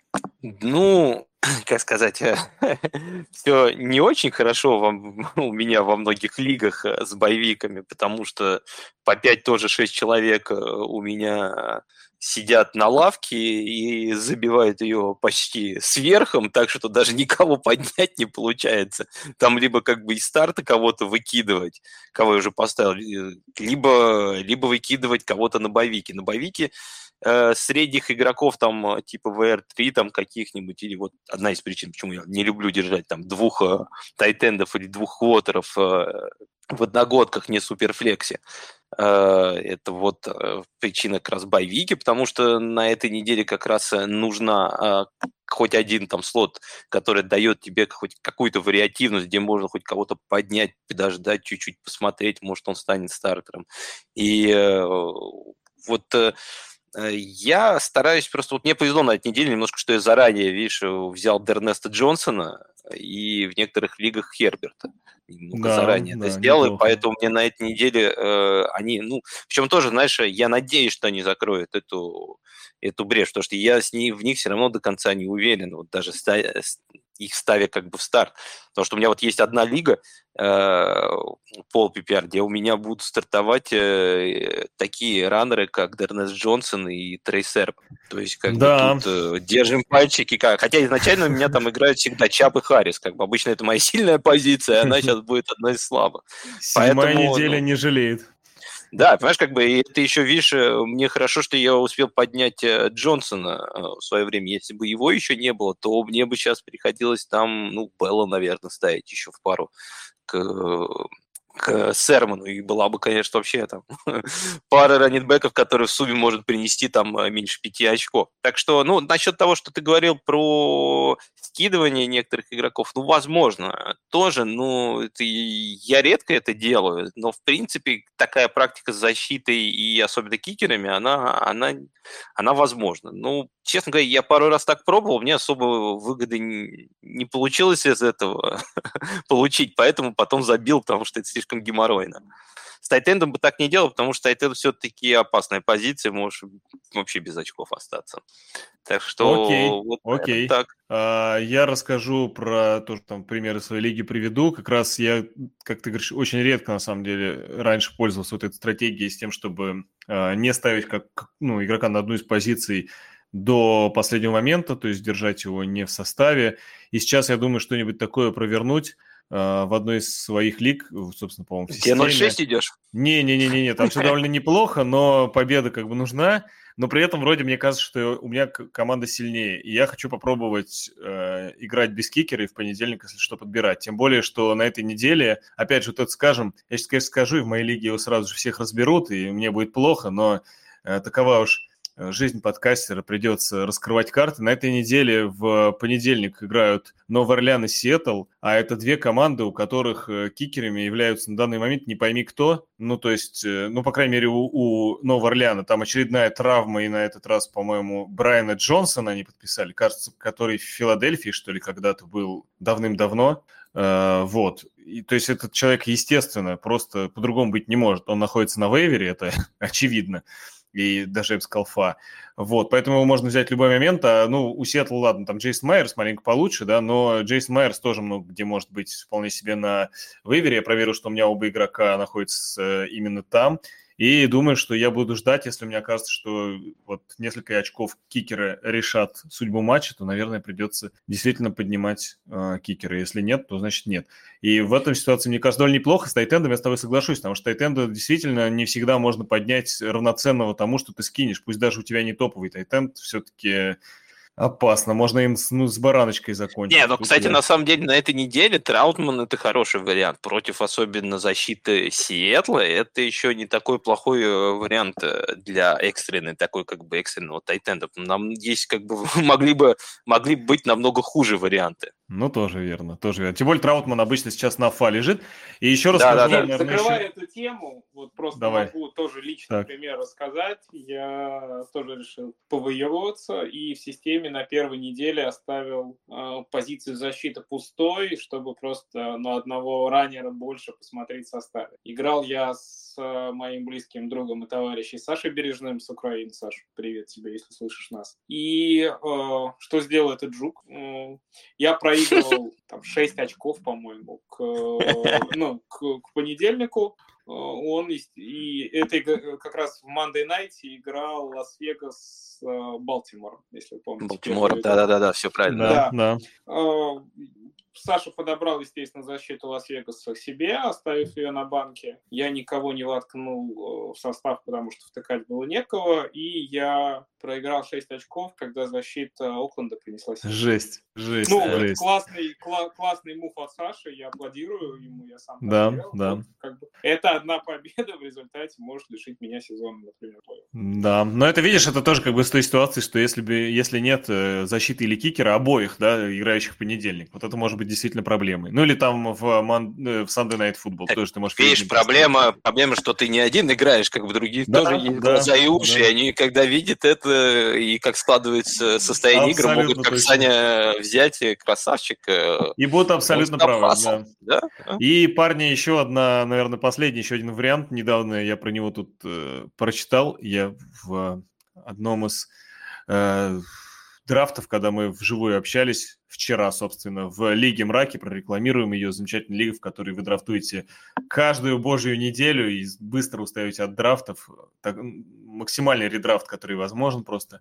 Ну, как сказать, все не очень хорошо у меня во многих лигах с боевиками, потому что по пять тоже шесть человек у меня сидят на лавке и забивают ее почти сверхом, так что даже никого поднять не получается. Там либо как бы из старта кого-то выкидывать, кого я уже поставил, либо, либо выкидывать кого-то на боевике. На боевике э, средних игроков там типа ви ар три там каких-нибудь, или вот одна из причин, почему я не люблю держать там двух э, тайтендов или двух квотеров э, в одногодках, не суперфлексе. Это вот причина как раз боевики, потому что на этой неделе как раз нужно хоть один там слот, который дает тебе хоть какую-то вариативность, где можно хоть кого-то поднять, подождать чуть-чуть, посмотреть, может он станет стартером. И вот я стараюсь просто... Вот мне повезло на этой неделе немножко, что я заранее, видишь, взял Дернеста Джонсона и в некоторых лигах Херберта. Немного да, заранее да, это сделал, неплохо. И поэтому мне на этой неделе э, они... ну, причем тоже, знаешь, я надеюсь, что они закроют эту, эту брешь, потому что я с ней, в них все равно до конца не уверен, вот даже ставя, их ставя как бы в старт. Потому что у меня вот есть одна лига, э, пол пи пи ар, где у меня будут стартовать э, такие раннеры, как Дернест Джонсон и Трей Серб. То есть как да. бы тут э, держим пальчики. Как... Хотя изначально у меня там играют всегда Чап и Харрис. Как бы обычно это моя сильная позиция, она сейчас будет одной из слабых. Седьмая Поэтому, неделя ну... не жалеет. Да, понимаешь, как бы, и ты еще видишь, мне хорошо, что я успел поднять Джонсона в свое время. Если бы его еще не было, то мне бы сейчас приходилось там, ну, Белла, наверное, ставить еще в пару к, к Серману. И была бы, конечно, вообще там пара раннинбеков, которые в сумме может принести там меньше пяти очков. Так что, ну, насчет того, что ты говорил про скидывание некоторых игроков, ну, возможно, тоже, ну, это, я редко это делаю, но, в принципе, такая практика с защитой и особенно кикерами, она, она, она возможна. Ну, честно говоря, я пару раз так пробовал, мне особо выгоды не, не получилось из этого получить, поэтому потом забил, потому что это слишком геморройно. С тайтендом бы так не делал, потому что тайтенд все-таки опасная позиция, можешь вообще без очков остаться. Так что окей, вот окей. Так. А, я расскажу про то, что там примеры своей лиги приведу. Как раз я, как ты говоришь, очень редко, на самом деле, раньше пользовался вот этой стратегией с тем, чтобы а, не ставить как, ну, игрока на одну из позиций до последнего момента, то есть держать его не в составе. И сейчас, я думаю, что-нибудь такое провернуть в одной из своих лиг, собственно, по-моему, в системе. Где ноль шесть идешь? Не-не-не, там все довольно неплохо, но победа как бы нужна. Но при этом вроде мне кажется, что у меня команда сильнее. И я хочу попробовать э, играть без кикера и в понедельник, если что, подбирать. Тем более, что на этой неделе, опять же, вот это скажем, я сейчас, конечно, скажу, и в моей лиге его сразу же всех разберут, и мне будет плохо, но э, такова уж жизнь подкастера, придется раскрывать карты. На этой неделе в понедельник играют Новый Орлеан и Сиэтл, а это две команды, у которых кикерами являются на данный момент не пойми кто. Ну, то есть, ну, по крайней мере, у, у Нового Орлеана там очередная травма, и на этот раз, по-моему, Брайана Джонсона они подписали, кажется, который в Филадельфии, что ли, когда-то был давным-давно. Uh, вот. И, то есть этот человек, естественно, просто по-другому быть не может. Он находится на вейвере, это очевидно. И даже эпскалфа. Вот, поэтому его можно взять в любой момент. А, ну, у Сиэтла, ладно, там Джейсон Майерс маленько получше, да, но Джейсон Майерс тоже много где может быть вполне себе на вейвере. Я проверю, что у меня оба игрока находятся именно там. И думаю, что я буду ждать, если мне кажется, что вот несколько очков кикера решат судьбу матча, то, наверное, придется действительно поднимать э, кикера. Если нет, то значит нет. И в этом ситуации, мне кажется, довольно неплохо. С тайтендом я с тобой соглашусь, потому что тайтенда действительно не всегда можно поднять равноценного тому, что ты скинешь. Пусть даже у тебя не топовый тайтенд, все-таки... опасно, можно им с, ну, с бараночкой закончить. Не, ну, кстати, я... на самом деле, на этой неделе Траутман – это хороший вариант. Против особенно защиты Сиэтла это еще не такой плохой вариант для экстренной, такой как бы экстренного тайтенда. Нам есть как бы могли бы, могли бы быть намного хуже варианты. Ну, тоже верно, тоже верно. Тем более Траутман обычно сейчас на фа лежит. И еще раз да, скажу, да, да. Наверное, закрывая еще... эту тему, вот просто Давай. могу тоже личный так. пример рассказать. Я тоже решил повыебываться и в системе на первой неделе оставил э, позицию защиты пустой, чтобы просто на одного раннера больше посмотреть в составе. Играл я с э, моим близким другом и товарищем Сашей Бережным с Украины. Саш, привет тебе, если слышишь нас. И э, что сделал этот жук? Э, я проиграл там шесть очков, по-моему, к, ну, к, к понедельнику. он и это как раз в Monday Night играл Лас-Вегас Балтимор, если вы помните. Балтимор, да-да-да, все правильно. Да, да. Саша подобрал, естественно, защиту Лас-Вегаса себе, оставив ее на банке. Я никого не воткнул в состав, потому что втыкать было некого. И я проиграл шесть очков, когда защита Окленда принесла себе. Жесть, жесть, Ну, жесть. Классный, кла- классный мув от Саши, я аплодирую ему, я сам Да, поверил. да. Вот, как бы, это одна победа в результате может лишить меня сезона, например. Да, но это, видишь, это тоже как бы с той ситуации, что если, бы, если нет защиты или кикера обоих, да, играющих в понедельник, вот это может быть действительно проблемой. Ну или там в, Мон... в Sunday Night Football так, тоже ты можешь... Видишь, проблема, проблема, что ты не один играешь, как бы другие да, тоже есть да, глаза и уши, да. И они когда видят это и как складывается состояние игры, могут как точно. Саня взять, красавчик. И будут абсолютно правы, да. Да? И, парни, еще одна, наверное, последний, еще один вариант. Недавно я про него тут э, прочитал. Я в одном из э, драфтов, когда мы вживую общались, вчера, собственно, в Лиге Мраки, прорекламируем ее, замечательную лигу, в которой вы драфтуете каждую божью неделю и быстро устаете от драфтов. Так, максимальный редрафт, который возможен просто.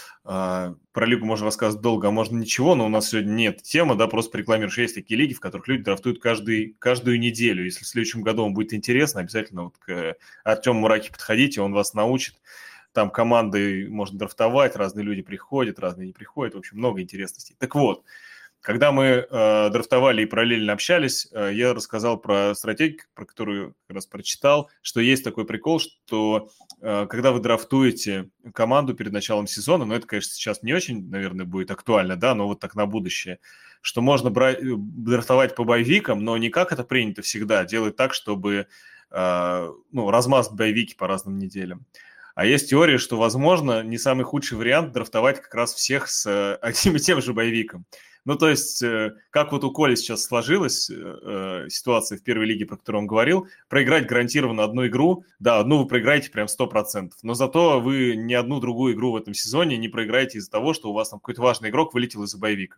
А, про лигу можно рассказывать долго, а можно ничего, но у нас сегодня нет темы, да, просто порекламируешь. Есть такие лиги, в которых люди драфтуют каждый, каждую неделю. Если в следующем году вам будет интересно, обязательно вот к Артему Мраки подходите, он вас научит. Там команды можно драфтовать, разные люди приходят, разные не приходят. В общем, много интересностей. Так вот, когда мы э, драфтовали и параллельно общались, э, я рассказал про стратегию, про которую как раз прочитал, что есть такой прикол, что э, когда вы драфтуете команду перед началом сезона, ну это, конечно, сейчас не очень, наверное, будет актуально, да, но вот так на будущее, что можно брать, драфтовать по боевикам, но не как это принято всегда, делать так, чтобы э, ну, размазать боевики по разным неделям. А есть теория, что, возможно, не самый худший вариант драфтовать как раз всех с э, одним и тем же боевиком. Ну, то есть, э, как вот у Коли сейчас сложилась э, ситуация в первой лиге, про которую он говорил, проиграть гарантированно одну игру, да, одну вы проиграете прям сто процентов, но зато вы ни одну другую игру в этом сезоне не проиграете из-за того, что у вас там какой-то важный игрок вылетел из-за боевика.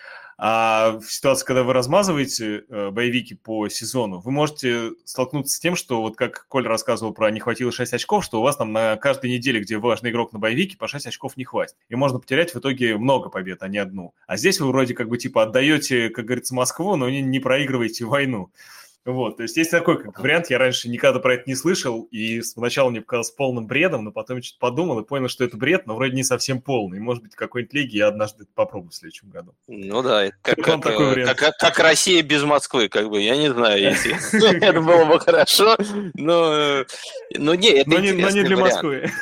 А в ситуации, когда вы размазываете э, боевики по сезону, вы можете столкнуться с тем, что вот как Коль рассказывал про не хватило шесть очков, что у вас там на каждой неделе, где важный игрок на боевике, по шесть очков не хватит. И можно потерять в итоге много побед, а не одну. А здесь вы вроде как бы типа отдаете, как говорится, Москву, но не, не проигрываете войну. Вот, то есть есть такой как вариант, я раньше никогда про это не слышал, и сначала мне показалось полным бредом, но потом что-то подумал и понял, что это бред, но вроде не совсем полный. Может быть, в какой-нибудь лиге я однажды это попробую в следующем году. Ну да, как, как, как, как, как Россия без Москвы, как бы, я не знаю, если это было бы хорошо, но не, это интересный вариант. Но не для Москвы.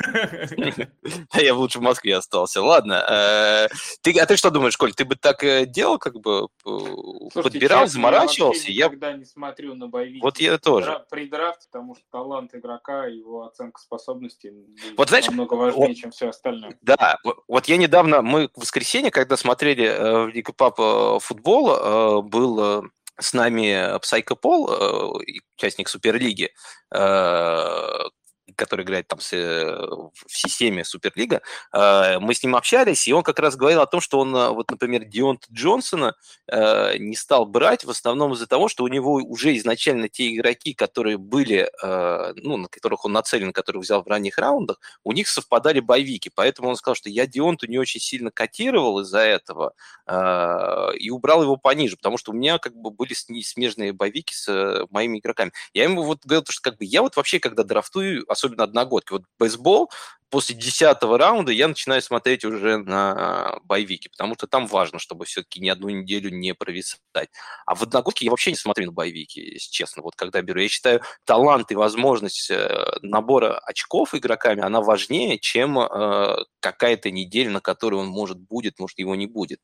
Я лучше в Москве остался. Ладно, а ты что думаешь, Коль, ты бы так делал, как бы подбирал, заморачивался? Я никогда не смотрю на боевики. Вот я тоже. При драфте, потому что талант игрока, его оценка способностей вот, знаешь, намного важнее, вот, чем все остальное. Да, вот я недавно, мы в воскресенье, когда смотрели э, в Лига Пап футбол, э, был э, с нами Psycho Paul, э, участник Суперлиги, э, который играет там с, в системе Суперлига, мы с ним общались, и он как раз говорил о том, что он, вот, например, Дионта Джонсона не стал брать в основном из-за того, что у него уже изначально те игроки, которые были, ну, на которых он нацелен, которых взял в ранних раундах, у них совпадали боевики, поэтому он сказал, что я Дионту не очень сильно котировал из-за этого и убрал его пониже, потому что у меня как бы были смежные боевики с моими игроками. Я ему вот говорил, что как бы я вот вообще, когда драфтую, особенно одногодки. Вот бейсбол после десятого раунда я начинаю смотреть уже на боевики, потому что там важно, чтобы все-таки ни одну неделю не провисать. А в одногодке я вообще не смотрю на боевики, если честно. Вот когда беру, я считаю, талант и возможность набора очков игроками, она важнее, чем какая-то неделя, на которой он может будет, может его не будет.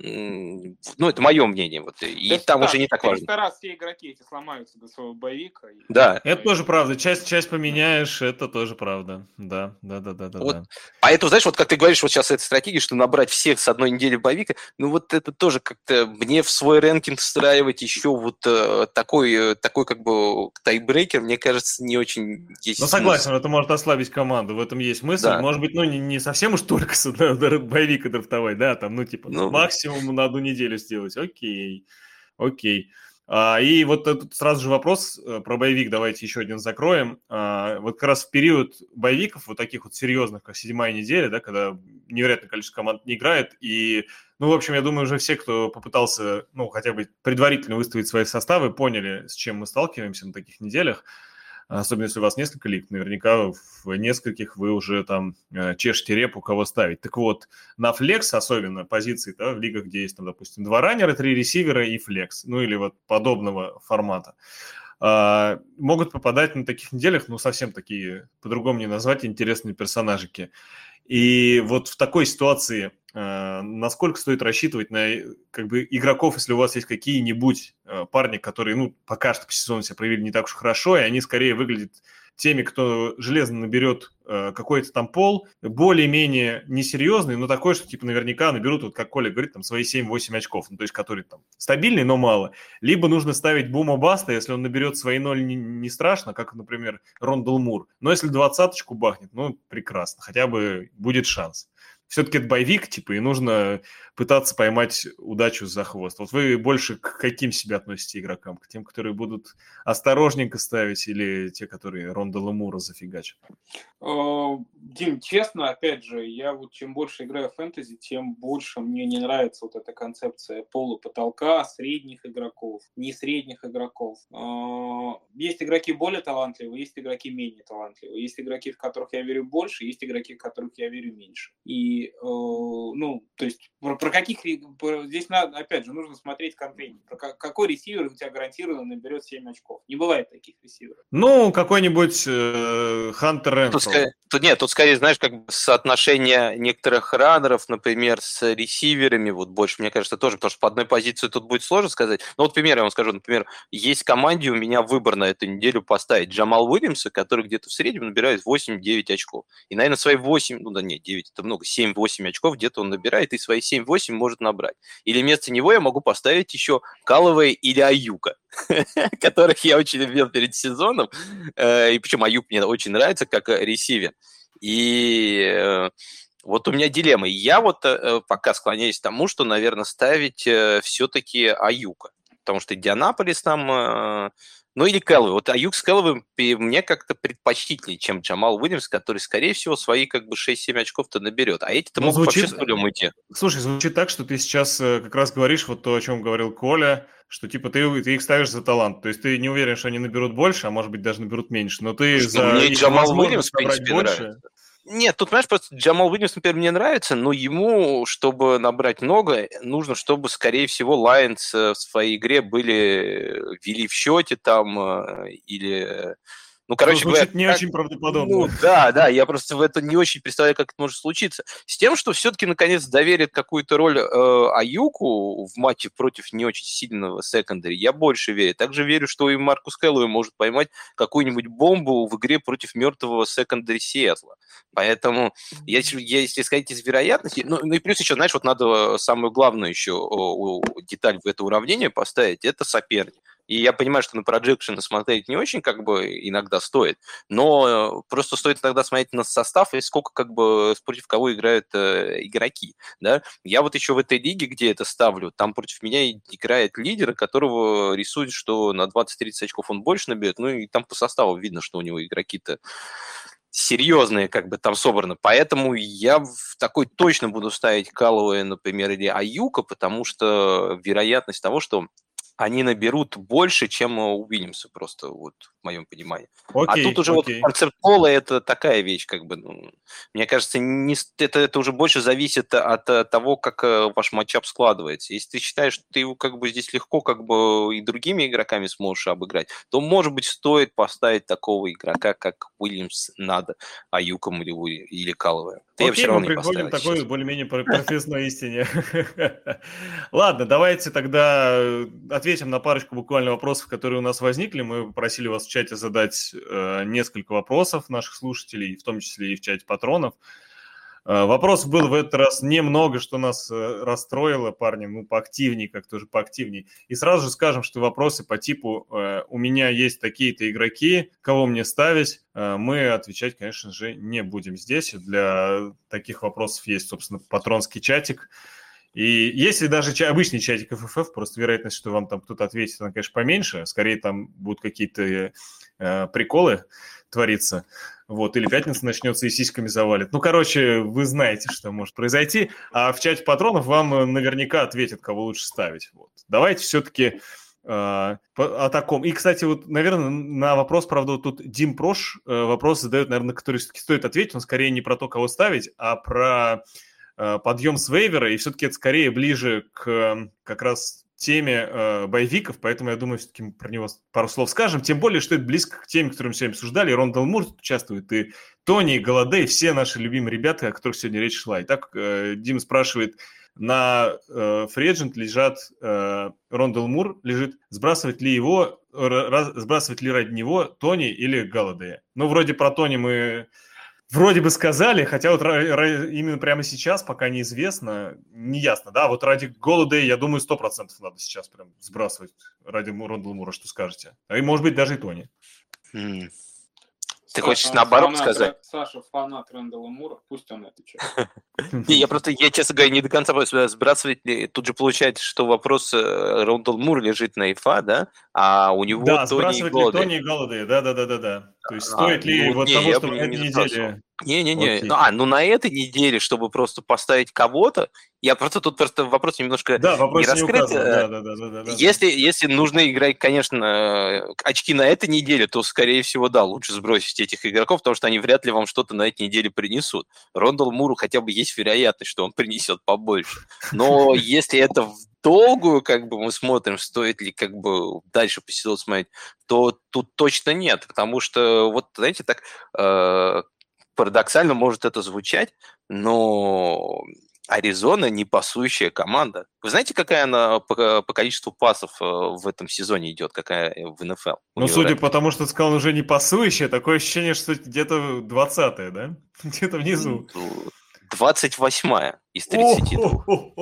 Ну, это мое мнение. Вот. И есть, там да, уже не так важно. Раз все игроки эти сломаются до своего боевика. Да. Это тоже правда. Часть, часть поменяешь, это тоже правда. Да, да, да, да, да. Вот. Да. Поэтому, знаешь, вот как ты говоришь вот сейчас этой стратегии, что набрать всех с одной недели боевика, ну вот это тоже как-то мне в свой рэнкинг встраивать еще вот э, такой, такой как бы тайбрейкер, мне кажется, не очень есть. Ну, согласен, это может ослабить команду, в этом есть мысль. Да. Может быть, ну, не, не совсем уж только с одного боевика драфтовать, да, там, ну, типа, ну, максимум на одну неделю сделать. Окей, окей. А, и вот тут сразу же вопрос про боевик, давайте еще один закроем. А, вот как раз в период боевиков, вот таких вот серьезных, как седьмая неделя, да, когда невероятное количество команд не играет, и, ну, в общем, я думаю, уже все, кто попытался, ну, хотя бы предварительно выставить свои составы, поняли, с чем мы сталкиваемся на таких неделях. Особенно если у вас несколько лиг, наверняка в нескольких вы уже там чешете репу, кого ставить. Так вот, на флекс, особенно позиции, да, в лигах, где есть, там, допустим, два раннера, три ресивера и флекс, ну или вот подобного формата, а, могут попадать на таких неделях, ну, совсем такие, по-другому не назвать, интересные персонажики. И вот в такой ситуации э, насколько стоит рассчитывать на как бы игроков, если у вас есть какие-нибудь э, парни, которые, ну, пока что по сезону себя проявили не так уж хорошо, и они скорее выглядят теми, кто железно наберет э, какой-то там пол, более-менее несерьезный, но такой, что типа наверняка наберут, вот как Коля говорит, там свои семь-восемь очков, ну, то есть который там стабильный, но мало. Либо нужно ставить бума-баста, если он наберет свои ноль, не, не страшно, как, например, Рондell Мур. Но если двадцаточку бахнет, ну, прекрасно, хотя бы будет шанс. Все-таки это боевик, типа, и нужно пытаться поймать удачу за хвост. Вот вы больше к каким себя относите игрокам? К тем, которые будут осторожненько ставить, или те, которые Ронделла Мура зафигачат? Дим, честно, опять же, я вот чем больше играю в фэнтези, тем больше мне не нравится вот эта концепция пола потолка, средних игроков, не средних игроков. Есть игроки более талантливые, есть игроки менее талантливые. Есть игроки, в которых я верю больше, есть игроки, в которых я верю меньше. И, ну, то есть про, про каких... Про, здесь, надо, опять же, нужно смотреть контейнер. Про какой ресивер у тебя гарантированно наберет семь очков. Не бывает таких ресиверов. Ну, какой-нибудь э, Хантер Ренфелл. Тут, нет, тут скорее, знаешь, как бы соотношение некоторых раннеров, например, с ресиверами, вот больше, мне кажется, тоже, потому что по одной позиции тут будет сложно сказать. Ну, вот пример я вам скажу. Например, есть в команде у меня выбор на эту неделю поставить Джамал Уильямса, который где-то в среднем набирает восемь-девять очков. И, наверное, свои восемь, ну да нет, девять это много, семь-восемь очков где-то он набирает, и свои семь-восемь может набрать. Или вместо него я могу поставить еще Каллавея или Аюка, которых я очень любил перед сезоном. И причем Аюк мне очень нравится как ресивер. И вот у меня дилемма. Я вот пока склоняюсь к тому, что, наверное, ставить все-таки Аюка. Потому что Индианаполис там... Ну или Кэллоуэй. Вот Аюк с Кэллоуэем мне как-то предпочтительнее, чем Джамал Уильямс, который, скорее всего, свои как бы шесть-семь очков-то наберет. А эти-то ну, могут звучит... вообще с нулем идти. Слушай, звучит так, что ты сейчас как раз говоришь вот то, о чем говорил Коля, что типа ты, ты их ставишь за талант. То есть ты не уверен, что они наберут больше, а может быть даже наберут меньше. Но ты что, за мне их Джамал Уильямс, в принципе, больше... нравится. Нет, тут, понимаешь, просто Джамал Уильямс, например, мне нравится, но ему, чтобы набрать много, нужно, чтобы, скорее всего, Лайонс в своей игре были, вели в счете там, или... Ну, короче ну, звучит говоря, не как... очень правдоподобно. Ну, да, да, я просто в это не очень представляю, как это может случиться. С тем, что все-таки, наконец, доверят какую-то роль э, Аюку в матче против не очень сильного секондари, я больше верю. Также верю, что и Маркус Кэллоуэй может поймать какую-нибудь бомбу в игре против мертвого секондари Сиэтла. Поэтому, если, если исходить из вероятности... Ну, ну и плюс еще, знаешь, вот надо самую главную еще о, о, деталь в это уравнение поставить, это соперник. И я понимаю, что на проджекшены смотреть не очень как бы иногда стоит, но просто стоит тогда смотреть на состав и сколько как бы против кого играют э, игроки. Да? Я вот еще в этой лиге, где это ставлю, там против меня играет лидер, которого рисует, что на двадцать-тридцать очков он больше наберет, ну и там по составу видно, что у него игроки-то серьезные как бы там собраны. Поэтому я в такой точно буду ставить Каллоуэя, например, или Аюка, потому что вероятность того, что они наберут больше, чем у Уильямса, просто вот в моем понимании. Окей, а тут уже окей. Вот концепт пола – это такая вещь, как бы, ну, мне кажется, не, это, это уже больше зависит от, от того, как ваш матчап складывается. Если ты считаешь, что ты его как бы здесь легко как бы и другими игроками сможешь обыграть, то, может быть, стоит поставить такого игрока, как Уильямс над Аюком или, или Каллоуэем. Окей, я все равно мы приходим к такой более-менее профессиональной истине. Ладно, давайте тогда ответим на парочку буквально вопросов, которые у нас возникли. Мы попросили вас в чате задать э, несколько вопросов наших слушателей, в том числе и в чате патронов. Э, вопросов было в этот раз немного, что нас э, расстроило, парни, ну, поактивней, как-то уже поактивней. И сразу же скажем, что вопросы по типу э, «у меня есть такие-то игроки, кого мне ставить?» э, мы отвечать, конечно же, не будем здесь. Для таких вопросов есть, собственно, патронский чатик. И если даже ча- обычный чатик эф эф эф, просто вероятность, что вам там кто-то ответит, она, конечно, поменьше. Скорее там будут какие-то э, приколы твориться. Вот, или пятница начнется и сиськами завалит. Ну, короче, вы знаете, что может произойти. А в чате патронов вам наверняка ответят, кого лучше ставить. Вот. Давайте все-таки... о таком. И, кстати, вот, наверное, на вопрос, правда, вот тут Дим Прош вопрос задает, наверное, на который все-таки стоит ответить. Он скорее не про то, кого ставить, а про э, подъем с вейвера. И все-таки это скорее ближе к как раз теме э, боевиков. Поэтому, я думаю, все-таки мы про него пару слов скажем. Тем более, что это близко к теме, которую мы сегодня обсуждали. И Рондell Мур участвует, и Тони, и Голладей, все наши любимые ребята, о которых сегодня речь шла. Итак, э, Дим спрашивает... На фри-эйджент э, лежат э, Рондell Мур, лежит, сбрасывать ли его, раз, сбрасывать ли ради него Тони или Голладея. Ну, вроде про Тони мы вроде бы сказали, хотя вот ра, ра, именно прямо сейчас, пока неизвестно, неясно, да, вот ради Голладея, я думаю, сто процентов надо сейчас прям сбрасывать ради Рондell Мура, что скажете? А и, может быть, даже и Тони. Mm. Ты хочешь наоборот фанат, сказать? Саша фанат Рэндалла Мура, пусть он отвечает. Не, я просто, я, честно говоря, не до конца понимаю, сбрасывать ли. Тут же получается, что вопрос Рондell Мур лежит на ИФА, да? А у него да, Тони сбрасывать ли Тони и Голладея, да-да-да-да. То есть стоит а, ли ну, вот не, того, что на этой неделе... Не-не-не, ну, а, ну на этой неделе, чтобы просто поставить кого-то, я просто тут просто вопрос немножко да, вопрос не раскрыт. Не да, да, да, да, да, если, да. если нужно играть, конечно, очки на этой неделе, то, скорее всего, да, лучше сбросить этих игроков, потому что они вряд ли вам что-то на этой неделе принесут. Рондell Муру хотя бы есть вероятность, что он принесет побольше. Но если это в долгую, как бы мы смотрим, стоит ли как бы дальше по сезону смотреть, то тут точно нет, потому что, вот, знаете, так... Э- Парадоксально может это звучать, но Аризона не пасующая команда. Вы знаете, какая она по, по количеству пасов в этом сезоне идет, какая в эн эф эл? Ну, судя по тому, что ты сказал, уже не пасующая, такое ощущение, что где-то двадцатая, да? Где-то внизу. двадцать восьмая из тридцати двух.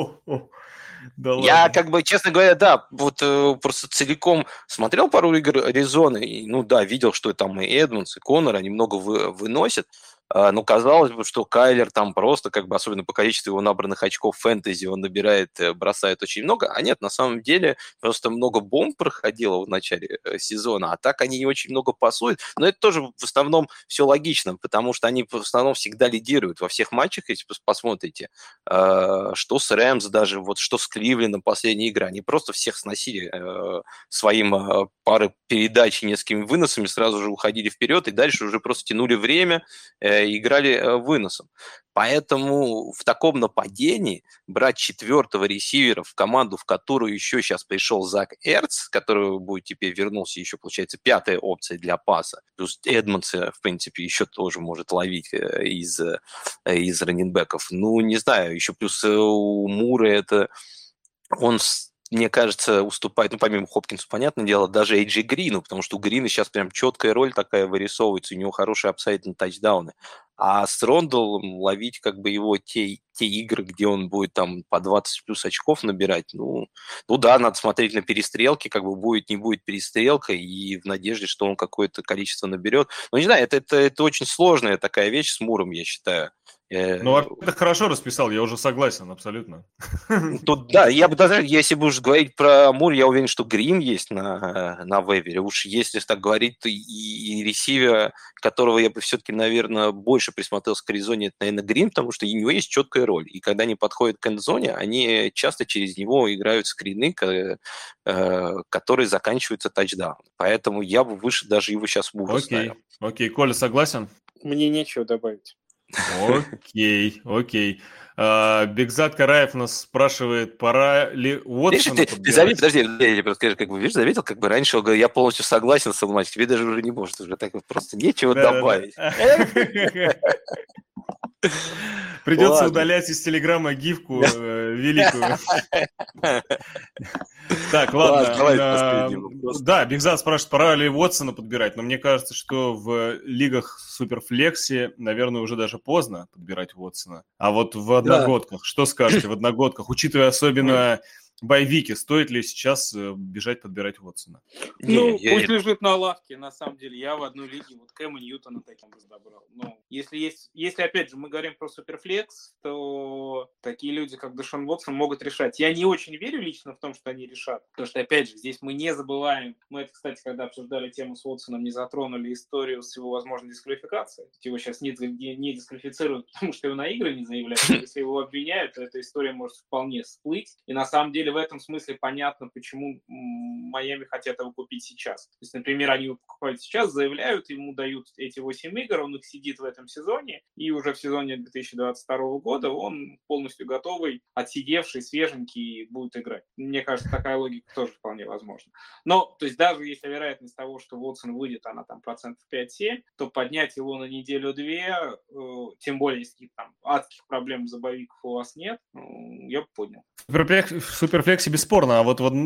Да я, ладно. как бы, честно говоря, да, вот э, просто целиком смотрел пару игр Аризоны, и, ну да, видел, что там и Эдмонс, и Коннор, они много вы, выносят, э, но казалось бы, что Кайлер там просто, как бы, особенно по количеству его набранных очков фэнтези, он набирает, бросает очень много, а нет, на самом деле, просто много бомб проходило в начале сезона, а так они не очень много пасуют, но это тоже в основном все логично, потому что они в основном всегда лидируют во всех матчах, если посмотрите, э, что с Рэмс даже, вот что с Кливлендом последние игры, они просто всех сносили э, своим э, парой передач и несколькими выносами, сразу же уходили вперед и дальше уже просто тянули время э, и играли э, выносом. Поэтому в таком нападении брать четвертого ресивера в команду, в которую еще сейчас пришел Зак Эрц, который будет теперь вернулся, еще получается пятая опция для паса, плюс Эдмонс, в принципе, еще тоже может ловить э, из, э, из раннинбеков. Ну, не знаю, еще плюс э, у Мура это... Он, мне кажется, уступает, ну, помимо Хопкинсу, понятное дело, даже Эйджи Грину, потому что у Грина сейчас прям четкая роль такая вырисовывается, у него хороший апсайд на тачдауны. А с Ронделлом ловить как бы его те, те игры, где он будет там по двадцать плюс очков набирать, ну, ну да, надо смотреть на перестрелки, как бы будет, не будет перестрелка, и в надежде, что он какое-то количество наберет. Ну, не знаю, это, это, это очень сложная такая вещь с Муром, я считаю. Ну, это хорошо расписал, я уже согласен, абсолютно. Тут, да, я бы даже, если будешь говорить про Мур, я уверен, что Грин есть на, на вейвере. Уж если так говорить, то и, и ресивер, которого я бы все-таки, наверное, больше присмотрелся к Аризоне, это, наверное, Грин, потому что у него есть четкая роль. И когда они подходят к эндзоне, они часто через него играют скрины, которые заканчиваются тачдауном. Поэтому я бы выше даже его сейчас в Мура ставил. Окей, Коля, согласен? Мне нечего добавить. Окей, окей. Бигзат Караев нас спрашивает, пора ли Уотсона подбирать. Ты заметил, подожди, я просто скажу, как бы, видишь, заметил, как бы раньше я полностью согласен с Алматом, тебе даже уже не может, уже так просто нечего да, добавить. Придется Ладно. удалять из Телеграма гифку э, великую. Так, ладно. Да, Бигзат спрашивает, пора ли Уотсона подбирать, но мне кажется, что в лигах Суперфлекси, наверное, уже даже поздно подбирать Уотсона. А вот в одногодках, что скажете в одногодках, учитывая особенно байвики, стоит ли сейчас бежать подбирать Уотсона? Ну, Не, я- пусть лежит на лавке, на самом деле. Я в одной лиге вот Кэма Ньютона таким раздобрал. Ну, если есть, если, опять же, мы говорим про суперфлекс, то такие люди, как Дэшон Уотсон, могут решать. Я не очень верю лично в том, что они решат. Потому что, опять же, здесь мы не забываем, мы это, кстати, когда обсуждали тему с Уотсоном, не затронули историю с его возможной дисквалификацией. Его сейчас не, не, не дисквалифицируют, потому что его на игры не заявляют. Если его обвиняют, то эта история может вполне всплыть. И на самом деле в этом смысле понятно, почему Майами хотят его купить сейчас. То есть, например, они его покупают сейчас, заявляют, ему дают эти восемь игр, он их сидит в этом сезоне, и уже в сезоне две тысячи двадцать второго года он полностью готовый, отсидевший, свеженький будет играть. Мне кажется, такая логика тоже вполне возможна. Но, то есть, даже если вероятность того, что Уотсон выйдет, она там процентов пять-семь, то поднять его на неделю-две, э, тем более, если там адских проблем забоевиков у вас нет, э, я бы поднял. В суперфлексе бесспорно, а вот, вот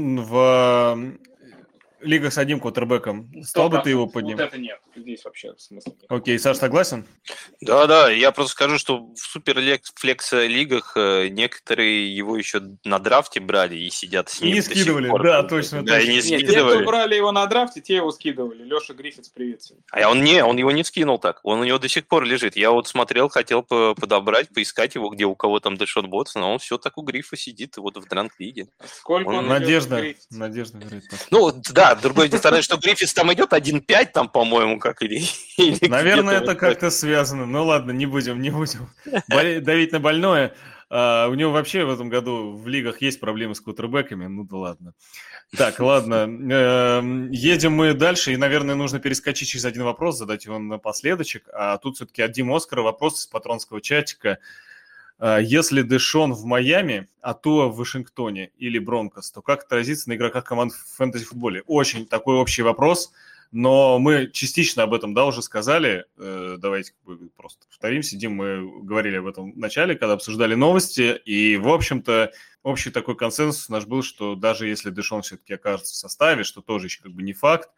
в лигах с одним квотербеком стал бы ты его подним? Вот это нет, здесь вообще смысла нет. Окей, Саш, согласен? Да-да, я просто скажу, что в суперфлекс-лигах некоторые его еще на драфте брали и сидят с ним. И не скидывали, да, точно. Да, точно. и не Нет, те, скидывали. кто брали его на драфте, те его скидывали. Леша Гриффитс, привет тебе. А он не, он его не скинул так. Он у него до сих пор лежит. Я вот смотрел, хотел подобрать, поискать его, где у кого там Дэшон Уотсон, а он все так у Грифа сидит вот в дранк-лиге. Сколько Он- он идет Надежда, в Гриффитс? надежда, вероятно. Ну, да, другое дело, что Гриффитс там идет один пять, там, по-моему, как или... или Наверное, где-то это вот как-то связано. Ну ладно, не будем, не будем боле- давить на больное. А, у него вообще в этом году в лигах есть проблемы с квотербеками. Ну да ладно. Так, ладно. Эм, Едем мы дальше. И, наверное, нужно перескочить через один вопрос, задать его напоследочек. А тут все-таки от Димы Оскара вопрос из патронского чатика. А, Если Дэшон в Майами, а Туа в Вашингтоне или Бронкос, то как отразится на игроках команд в фэнтези-футболе? Очень такой общий вопрос. Но мы частично об этом, да, уже сказали. Э, Давайте как бы просто повторимся. Дим, мы говорили об этом в начале, когда обсуждали новости. И, в общем-то, общий такой консенсус наш был, что даже если Дэшон все-таки окажется в составе, что тоже еще как бы не факт,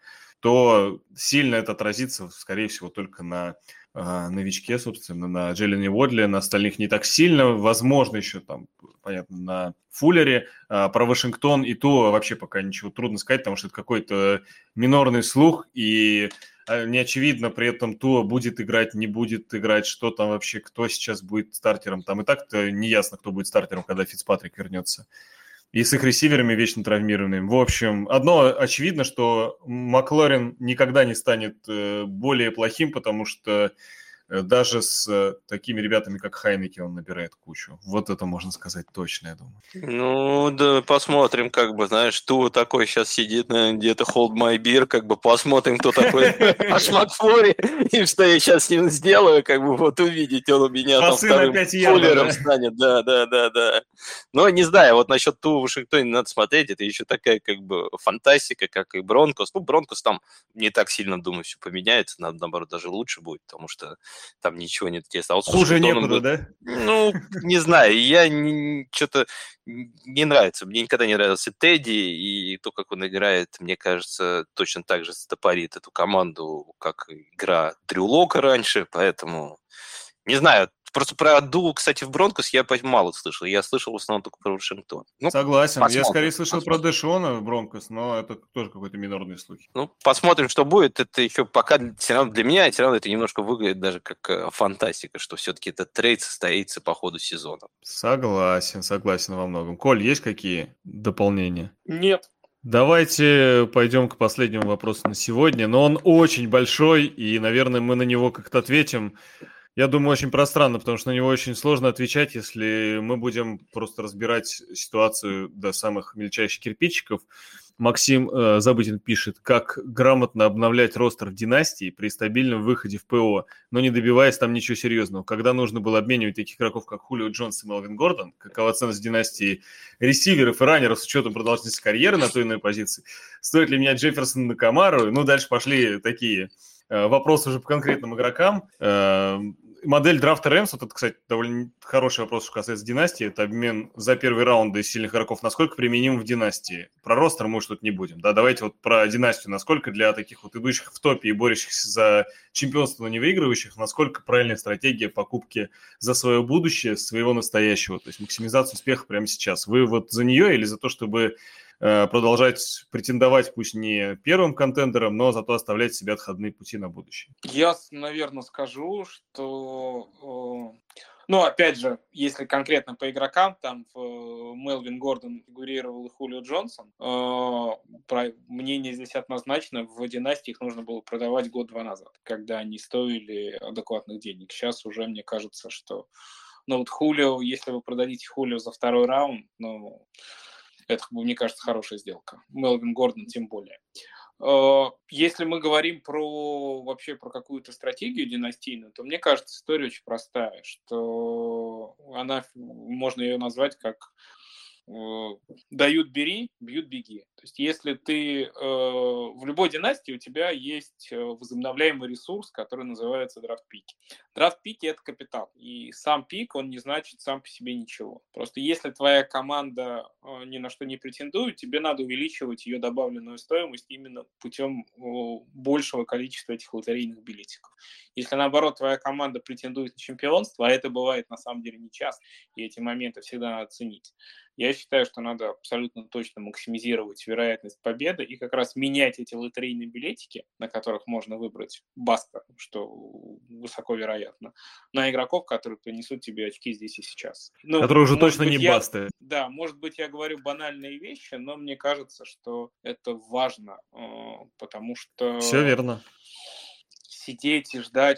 то сильно это отразится, скорее всего, только на э, новичке, собственно, на Джейлене Уодли, на остальных не так сильно. Возможно, еще там, понятно, на Фуллере. А про Вашингтон и то вообще пока ничего трудно сказать, потому что это какой-то минорный слух, и а, не очевидно при этом то будет играть, не будет играть, что там вообще, кто сейчас будет стартером. Там и так-то не ясно, кто будет стартером, когда Фицпатрик вернется. И с их ресиверами вечно травмированными. В общем, одно очевидно, что Макларен никогда не станет э, более плохим, потому что э, даже с э, такими ребятами, как Хайнеки, он набирает кучу. Вот это можно сказать точно, я думаю. Ну, да, посмотрим, как бы, знаешь, Туа такой сейчас сидит, наверное, где-то hold my beer, как бы посмотрим, кто такой Аш Макфлори, и что я сейчас с ним сделаю, как бы вот увидите, он у меня там Пасы на вторым пять ярдов, фуллером да? станет, да, да, да, да. Но не знаю, вот насчет Туа в Вашингтоне надо смотреть, это еще такая как бы фантастика, как и Бронкос. Ну, Бронкос там не так сильно, думаю, все поменяется, надо, наоборот, даже лучше будет, потому что там ничего нет интересного. А вот с Хуже Вашингтоном некуда, будет- да? Ну, не знаю, я не, что-то не нравится. Мне никогда не нравился Тедди, и то, как он играет, мне кажется, точно так же стопорит эту команду, как игра Дрю Лока раньше, поэтому не знаю. Просто про Ду, кстати, в Бронкос я мало слышал. Я слышал в основном только про Вашингтон. Ну, Согласен. Я посмотрим, скорее слышал про посмотрим. Дэшона в Бронкос, но это тоже какой-то минорный слухи. Ну, посмотрим, что будет. Это еще пока все равно для меня, все равно это немножко выглядит даже как э, фантастика, что все-таки этот трейд состоится по ходу сезона. Согласен, согласен во многом. Коль, есть какие дополнения? Нет. Давайте пойдем к последнему вопросу на сегодня, но он очень большой, и, наверное, мы на него как-то ответим. Я думаю, очень пространно, потому что на него очень сложно отвечать, если мы будем просто разбирать ситуацию до самых мельчайших кирпичиков. Максим э, Забытин пишет, как грамотно обновлять ростер в династии при стабильном выходе в ПО, но не добиваясь там ничего серьезного. Когда нужно было обменивать таких игроков, как Хулио Джонс и Мелвин Гордон, какова ценность династии ресиверов и раннеров с учетом продолжительности карьеры на той или иной позиции, стоит ли менять Джефферсона на Камару? Ну, дальше пошли такие... Вопрос уже по конкретным игрокам. модель драфта Рэмс, вот это, кстати, довольно хороший вопрос, что касается династии, это обмен за первые раунды сильных игроков, насколько применим в династии? Про ростер мы что-то не будем, да, давайте вот про династию, насколько для таких вот идущих в топе и борющихся за чемпионство, но не выигрывающих, насколько правильная стратегия покупки за свое будущее, своего настоящего, то есть максимизация успеха прямо сейчас. Вы вот за нее или за то, чтобы продолжать претендовать, пусть не первым контендером, но зато оставлять себе отходные пути на будущее? Я, наверное, скажу, что, ну, опять же, если конкретно по игрокам, там в Мелвин Гордон фигурировал и Хулио Джонсон, про мнение здесь однозначно, в династии их нужно было продавать год-два назад, когда они стоили адекватных денег. Сейчас уже, мне кажется, что, ну, вот Хулио, если вы продадите Хулио за второй раунд, ну... Это, мне кажется, хорошая сделка. Мелвин Гордон тем более. Если мы говорим про вообще про какую-то стратегию династийную, то мне кажется, история очень простая, что она, можно ее назвать как дают бери, бьют беги. То есть если ты э, в любой династии у тебя есть возобновляемый ресурс, который называется драфт-пики. Драфт-пики – это капитал. И сам пик, он не значит сам по себе ничего. Просто если твоя команда э, ни на что не претендует, тебе надо увеличивать ее добавленную стоимость именно путем э, большего количества этих лотерейных билетиков. Если, наоборот, твоя команда претендует на чемпионство, а это бывает на самом деле не часто, и эти моменты всегда надо ценить, я считаю, что надо абсолютно точно максимизировать вероятность победы и как раз менять эти лотерейные билетики, на которых можно выбрать баста, что высоко вероятно, на игроков, которые принесут тебе очки здесь и сейчас. Ну, которые уже точно быть, не я, басты. Да, может быть, я говорю банальные вещи, но мне кажется, что это важно, потому что... Все верно. Сидеть и ждать,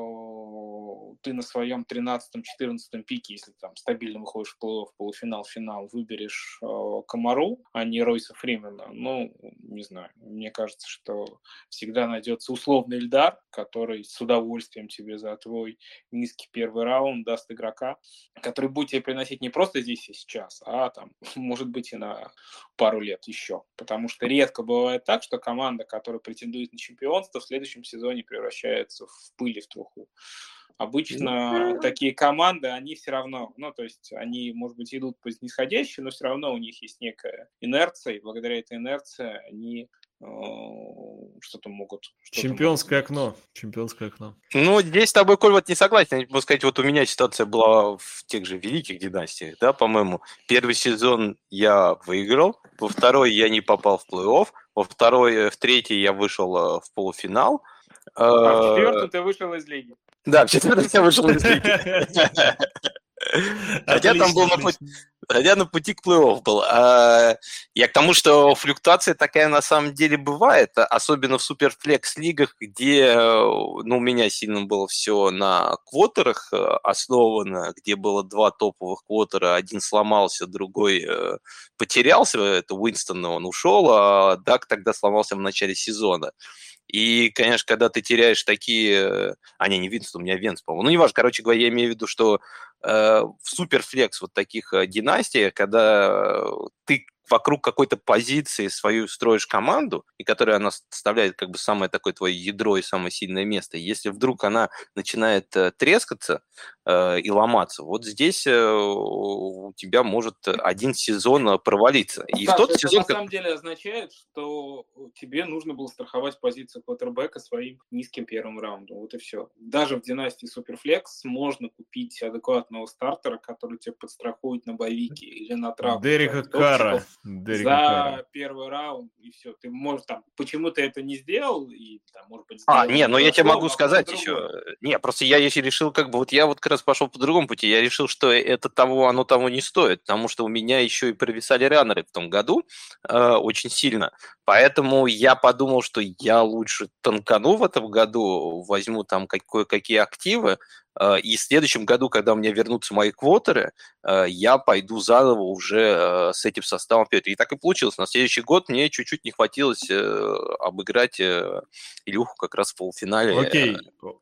что ты на своем тринадцатом-четырнадцатом пике, если там стабильно выходишь в плей-офф, полуфинал, финал, выберешь э, Камару, а не Ройса Фримена, ну, не знаю. Мне кажется, что всегда найдется условный Эльдар, который с удовольствием тебе за твой низкий первый раунд даст игрока, который будет тебе приносить не просто здесь и сейчас, а там, может быть, и на пару лет еще. Потому что редко бывает так, что команда, которая претендует на чемпионство, в следующем сезоне превращается превращаются в пыль и в труху. Обычно mm-hmm. такие команды, они все равно, ну, то есть они, может быть, идут по нисходящей, но все равно у них есть некая инерция, и благодаря этой инерции они э, что-то могут... Что-то Чемпионское могут окно. Чемпионское окно. Ну, здесь с тобой, Коль, вот не согласен. Я могу сказать, вот у меня ситуация была в тех же великих династиях, да, по-моему. Первый сезон я выиграл, во второй я не попал в плей-офф, во второй, в третий я вышел в полуфинал, а в четвертую ты вышел из лиги. Да, в четвертую я вышел из лиги. Хотя там был на пути, хотя на пути к плей-офф был. А, я к тому, что флюктуация такая на самом деле бывает, особенно в суперфлекс-лигах, где ну, у меня сильно было все на квотерах основано, где было два топовых квотера, один сломался, другой потерялся, это Уинстон, он ушел, а Дак тогда сломался в начале сезона. И, конечно, когда ты теряешь такие... А, не, не Винстон, у меня Венс, по-моему. Ну, неважно, короче говоря, я имею в виду, что э, в суперфлекс вот таких э, династиях, когда ты вокруг какой-то позиции свою строишь команду, и которая она составляет как бы самое такое твое ядро и самое сильное место, если вдруг она начинает э, трескаться э, и ломаться, вот здесь э, у тебя может один сезон провалиться. И так, в тот это сезон... на самом деле означает, что тебе нужно было страховать позицию квотербека своим низким первым раундом. Вот и все. Даже в династии Суперфлекс можно купить адекватного стартера, который тебя подстрахует на боевике или на травму. Дерека Карра. За Карра. Первый раунд, и все. Ты можешь там, почему ты это не сделал, и там, может быть, сделал. А, не, ну я тебе могу а сказать еще. Не, просто я еще решил, как бы, вот я вот как раз пошел по другому пути. Я решил, что это того, оно того не стоит, потому что у меня еще и провисали раннеры в том году э, очень сильно. Поэтому я подумал, что я лучше танкану в этом году, возьму там кое-какие активы, и в следующем году, когда у меня вернутся мои квотеры, я пойду заново уже с этим составом вперед. И так и получилось. На следующий год мне чуть-чуть не хватилось обыграть Илюху как раз в полуфинале. Окей.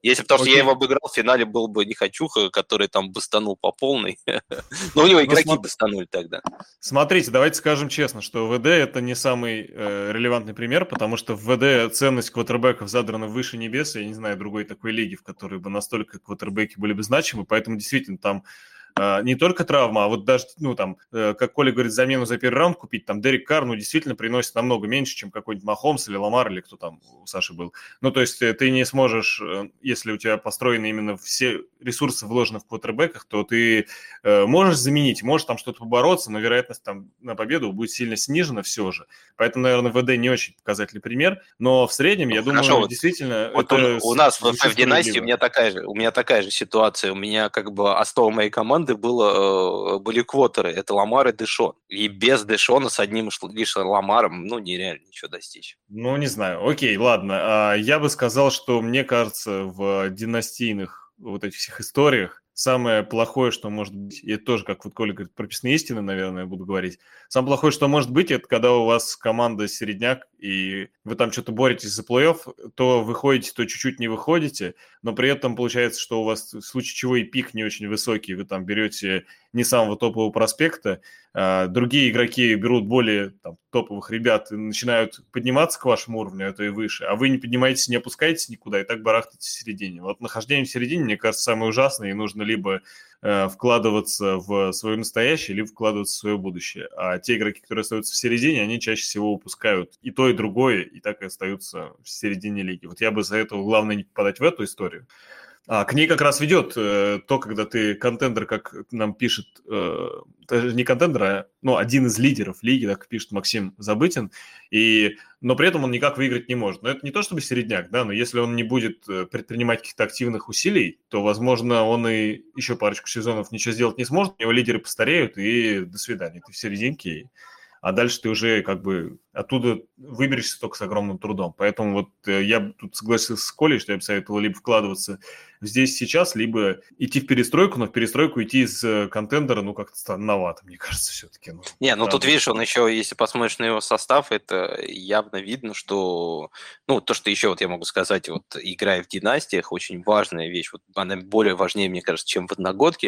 Если потому что Окей. я его обыграл, в финале был бы Нехочуха, который там бастанул по полной. Но у него игроки смо- бастанули тогда. Смотрите, давайте скажем честно, что ВД это не самый э, релевантный пример, потому что в ВД ценность квотербеков задрана выше небес. Я не знаю другой такой лиги, в которой бы настолько квотербеки были бы значимы, поэтому действительно там э, не только травма, а вот даже, ну там, э, как Коля говорит, замену за первый раунд купить, там Дерек Карр, ну действительно приносит намного меньше, чем какой-нибудь Махомс или Ламар, или кто там у Саши был. Ну то есть э, ты не сможешь, э, если у тебя построены именно все ресурсы вложены в квотербеках, то ты э, можешь заменить, можешь там что-то побороться, но вероятность там на победу будет сильно снижена все же. Поэтому, наверное, ВД не очень показательный пример, но в среднем, я Ну, думаю, хорошо, вот- действительно... Вот это у, у нас в, звучит в династии у справедливо. меня такая же, у меня такая же ситуация. У меня как бы основа моей команды было, э, были квотеры. Это Ламар и Дэшон. И без Дэшона с одним ш- лишь Ламаром, ну, нереально ничего достичь. Ну, не знаю. Окей, ладно. А, я бы сказал, что мне кажется, в династийных вот этих всех историях самое плохое, что может быть, и это тоже, как вот Коля говорит, прописные истины, наверное, я буду говорить. Самое плохое, что может быть, это когда у вас команда середняк, и вы там что-то боретесь за плей-офф, то выходите, то чуть-чуть не выходите, но при этом получается, что у вас в случае чего и пик не очень высокий, вы там берете не самого топового проспекта, а другие игроки берут более там, топовых ребят и начинают подниматься к вашему уровню, а то и выше, а вы не поднимаетесь, не опускаетесь никуда, и так барахтаетесь в середине. Вот нахождение в середине, мне кажется, самое ужасное, и нужно либо э, вкладываться в свое настоящее, либо вкладываться в свое будущее. А те игроки, которые остаются в середине, они чаще всего упускают и то, и другое, и так и остаются в середине лиги. Вот я бы советовал, главное, не попадать в эту историю. А к ней как раз ведет э, то, когда ты контендер, как нам пишет, э, даже не контендер, а ну, один из лидеров лиги, так пишет Максим Забытин, и, но при этом он никак выиграть не может. Но это не то чтобы середняк, да, но если он не будет предпринимать каких-то активных усилий, то, возможно, он и еще парочку сезонов ничего сделать не сможет, у него лидеры постареют, и до свидания, ты в серединке, а дальше ты уже как бы оттуда выберешься только с огромным трудом. Поэтому вот я тут согласился с Колей, что я бы советовал либо вкладываться здесь сейчас, либо идти в перестройку, но в перестройку идти из контендера, ну, как-то странновато, мне кажется, все-таки. Ну, Не, ну да. тут, видишь, он еще, если посмотришь на его состав, это явно видно, что, ну, то, что еще вот я могу сказать, вот играя в династиях, очень важная вещь, вот она более важнее, мне кажется, чем в одногодке,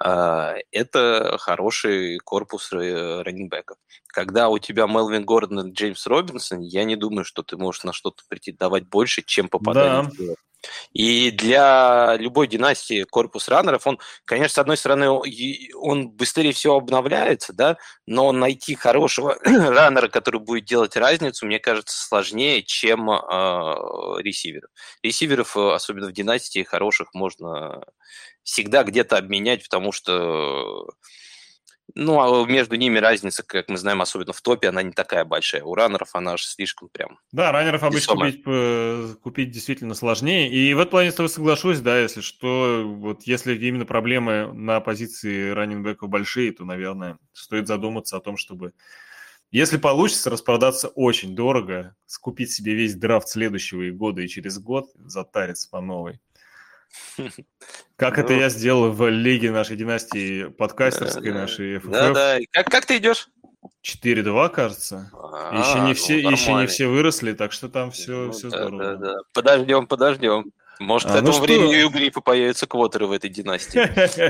это хороший корпус раннингбеков. Когда у тебя Мелвин Гордон и Джеймс Робинсон, я не думаю, что ты можешь на что-то претендовать больше, чем попадание Да. в плей-офф. И для любой династии корпус раннеров, он, конечно, с одной стороны, он быстрее всего обновляется, да, но найти хорошего раннера, который будет делать разницу, мне кажется, сложнее, чем э, ресиверов. Ресиверов, особенно в династии, хороших можно всегда где-то обменять, потому что... Ну, а между ними разница, как мы знаем, особенно в топе, она не такая большая. У раннеров она аж слишком прям... Да, раннеров обычно весомая. купить, купить действительно сложнее. И в этом плане с тобой соглашусь, да, если что, вот если именно проблемы на позиции раннингбеков большие, то, наверное, стоит задуматься о том, чтобы, если получится, распродаться очень дорого, скупить себе весь драфт следующего года и через год затариться по новой. Как Ну, это я сделал в лиге нашей династии подкастерской, да, нашей эф эф эф. Да-да. Как, как ты идешь? четыре-два, кажется. А, еще, не ну, все, еще не нормально. все выросли, так что там все, Ну, все да, здорово. да, да. да. Подождем, подождем. Может, А, к этому ну что? времени у Грифа появятся квотеры в этой династии.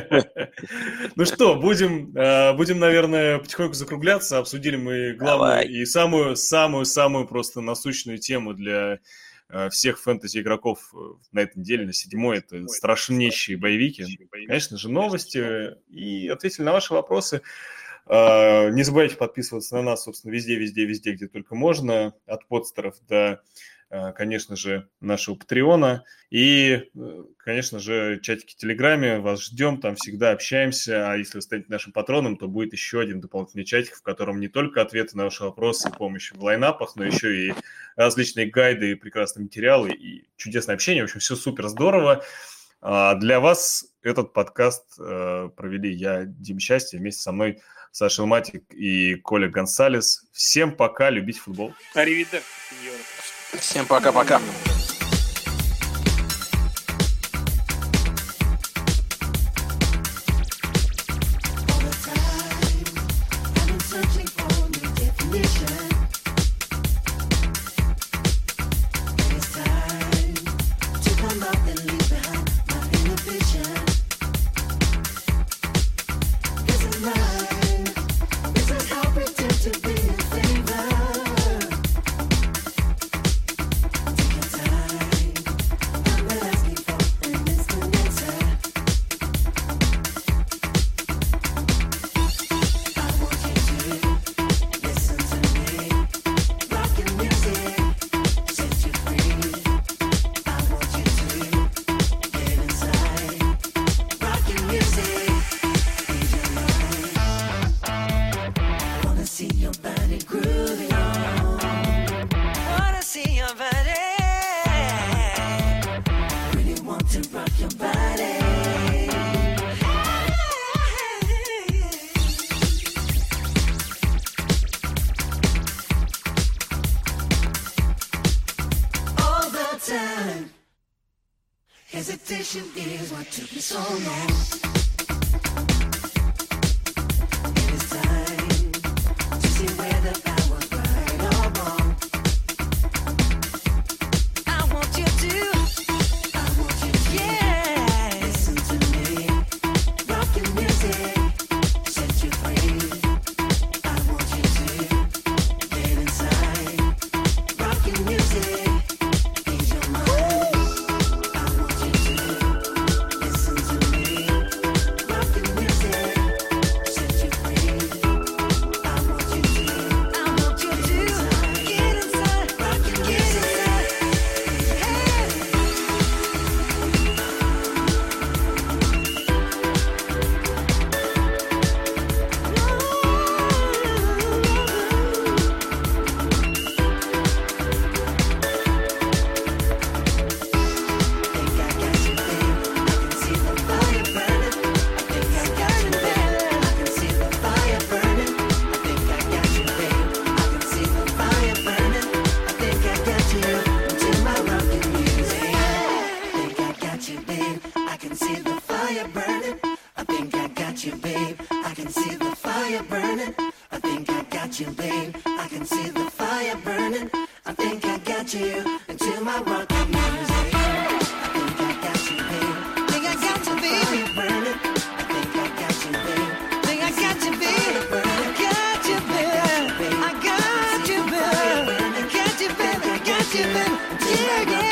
Ну что, будем, э, будем, наверное, потихоньку закругляться. Обсудили мы главную Давай. и самую, самую, самую просто насущную тему для э, всех фэнтези-игроков на этой неделе, на седьмой. Это страшнейшие боевики. Конечно же, новости. И ответили на ваши вопросы. Э, Не забывайте подписываться на нас, собственно, везде, везде, везде, где только можно. От подстеров до, э, конечно же, нашего Патреона. И, э, конечно же, чатики в Телеграме. Вас ждем, там всегда общаемся. А если вы станете нашим патроном, то будет еще один дополнительный чатик, в котором не только ответы на ваши вопросы и помощь в лайнапах, но еще и различные гайды и прекрасные материалы, и чудесное общение. В общем, все супер здорово. А для вас этот подкаст э, провели я, Дим Счастье, вместе со мной Саша Илматик и Коля Гонсалес. Всем пока, любите футбол. Аривидерчи, сеньоры. Всем пока-пока. It's time to come up and leave your body. All the time. Hesitation is what took me so long. It is time to see whether I was right or wrong. I want you to, I want you to, yeah, listen to me. Rockin' music, set you free. I want you to get inside. Rockin' music, ease your mind. Yeah, yeah.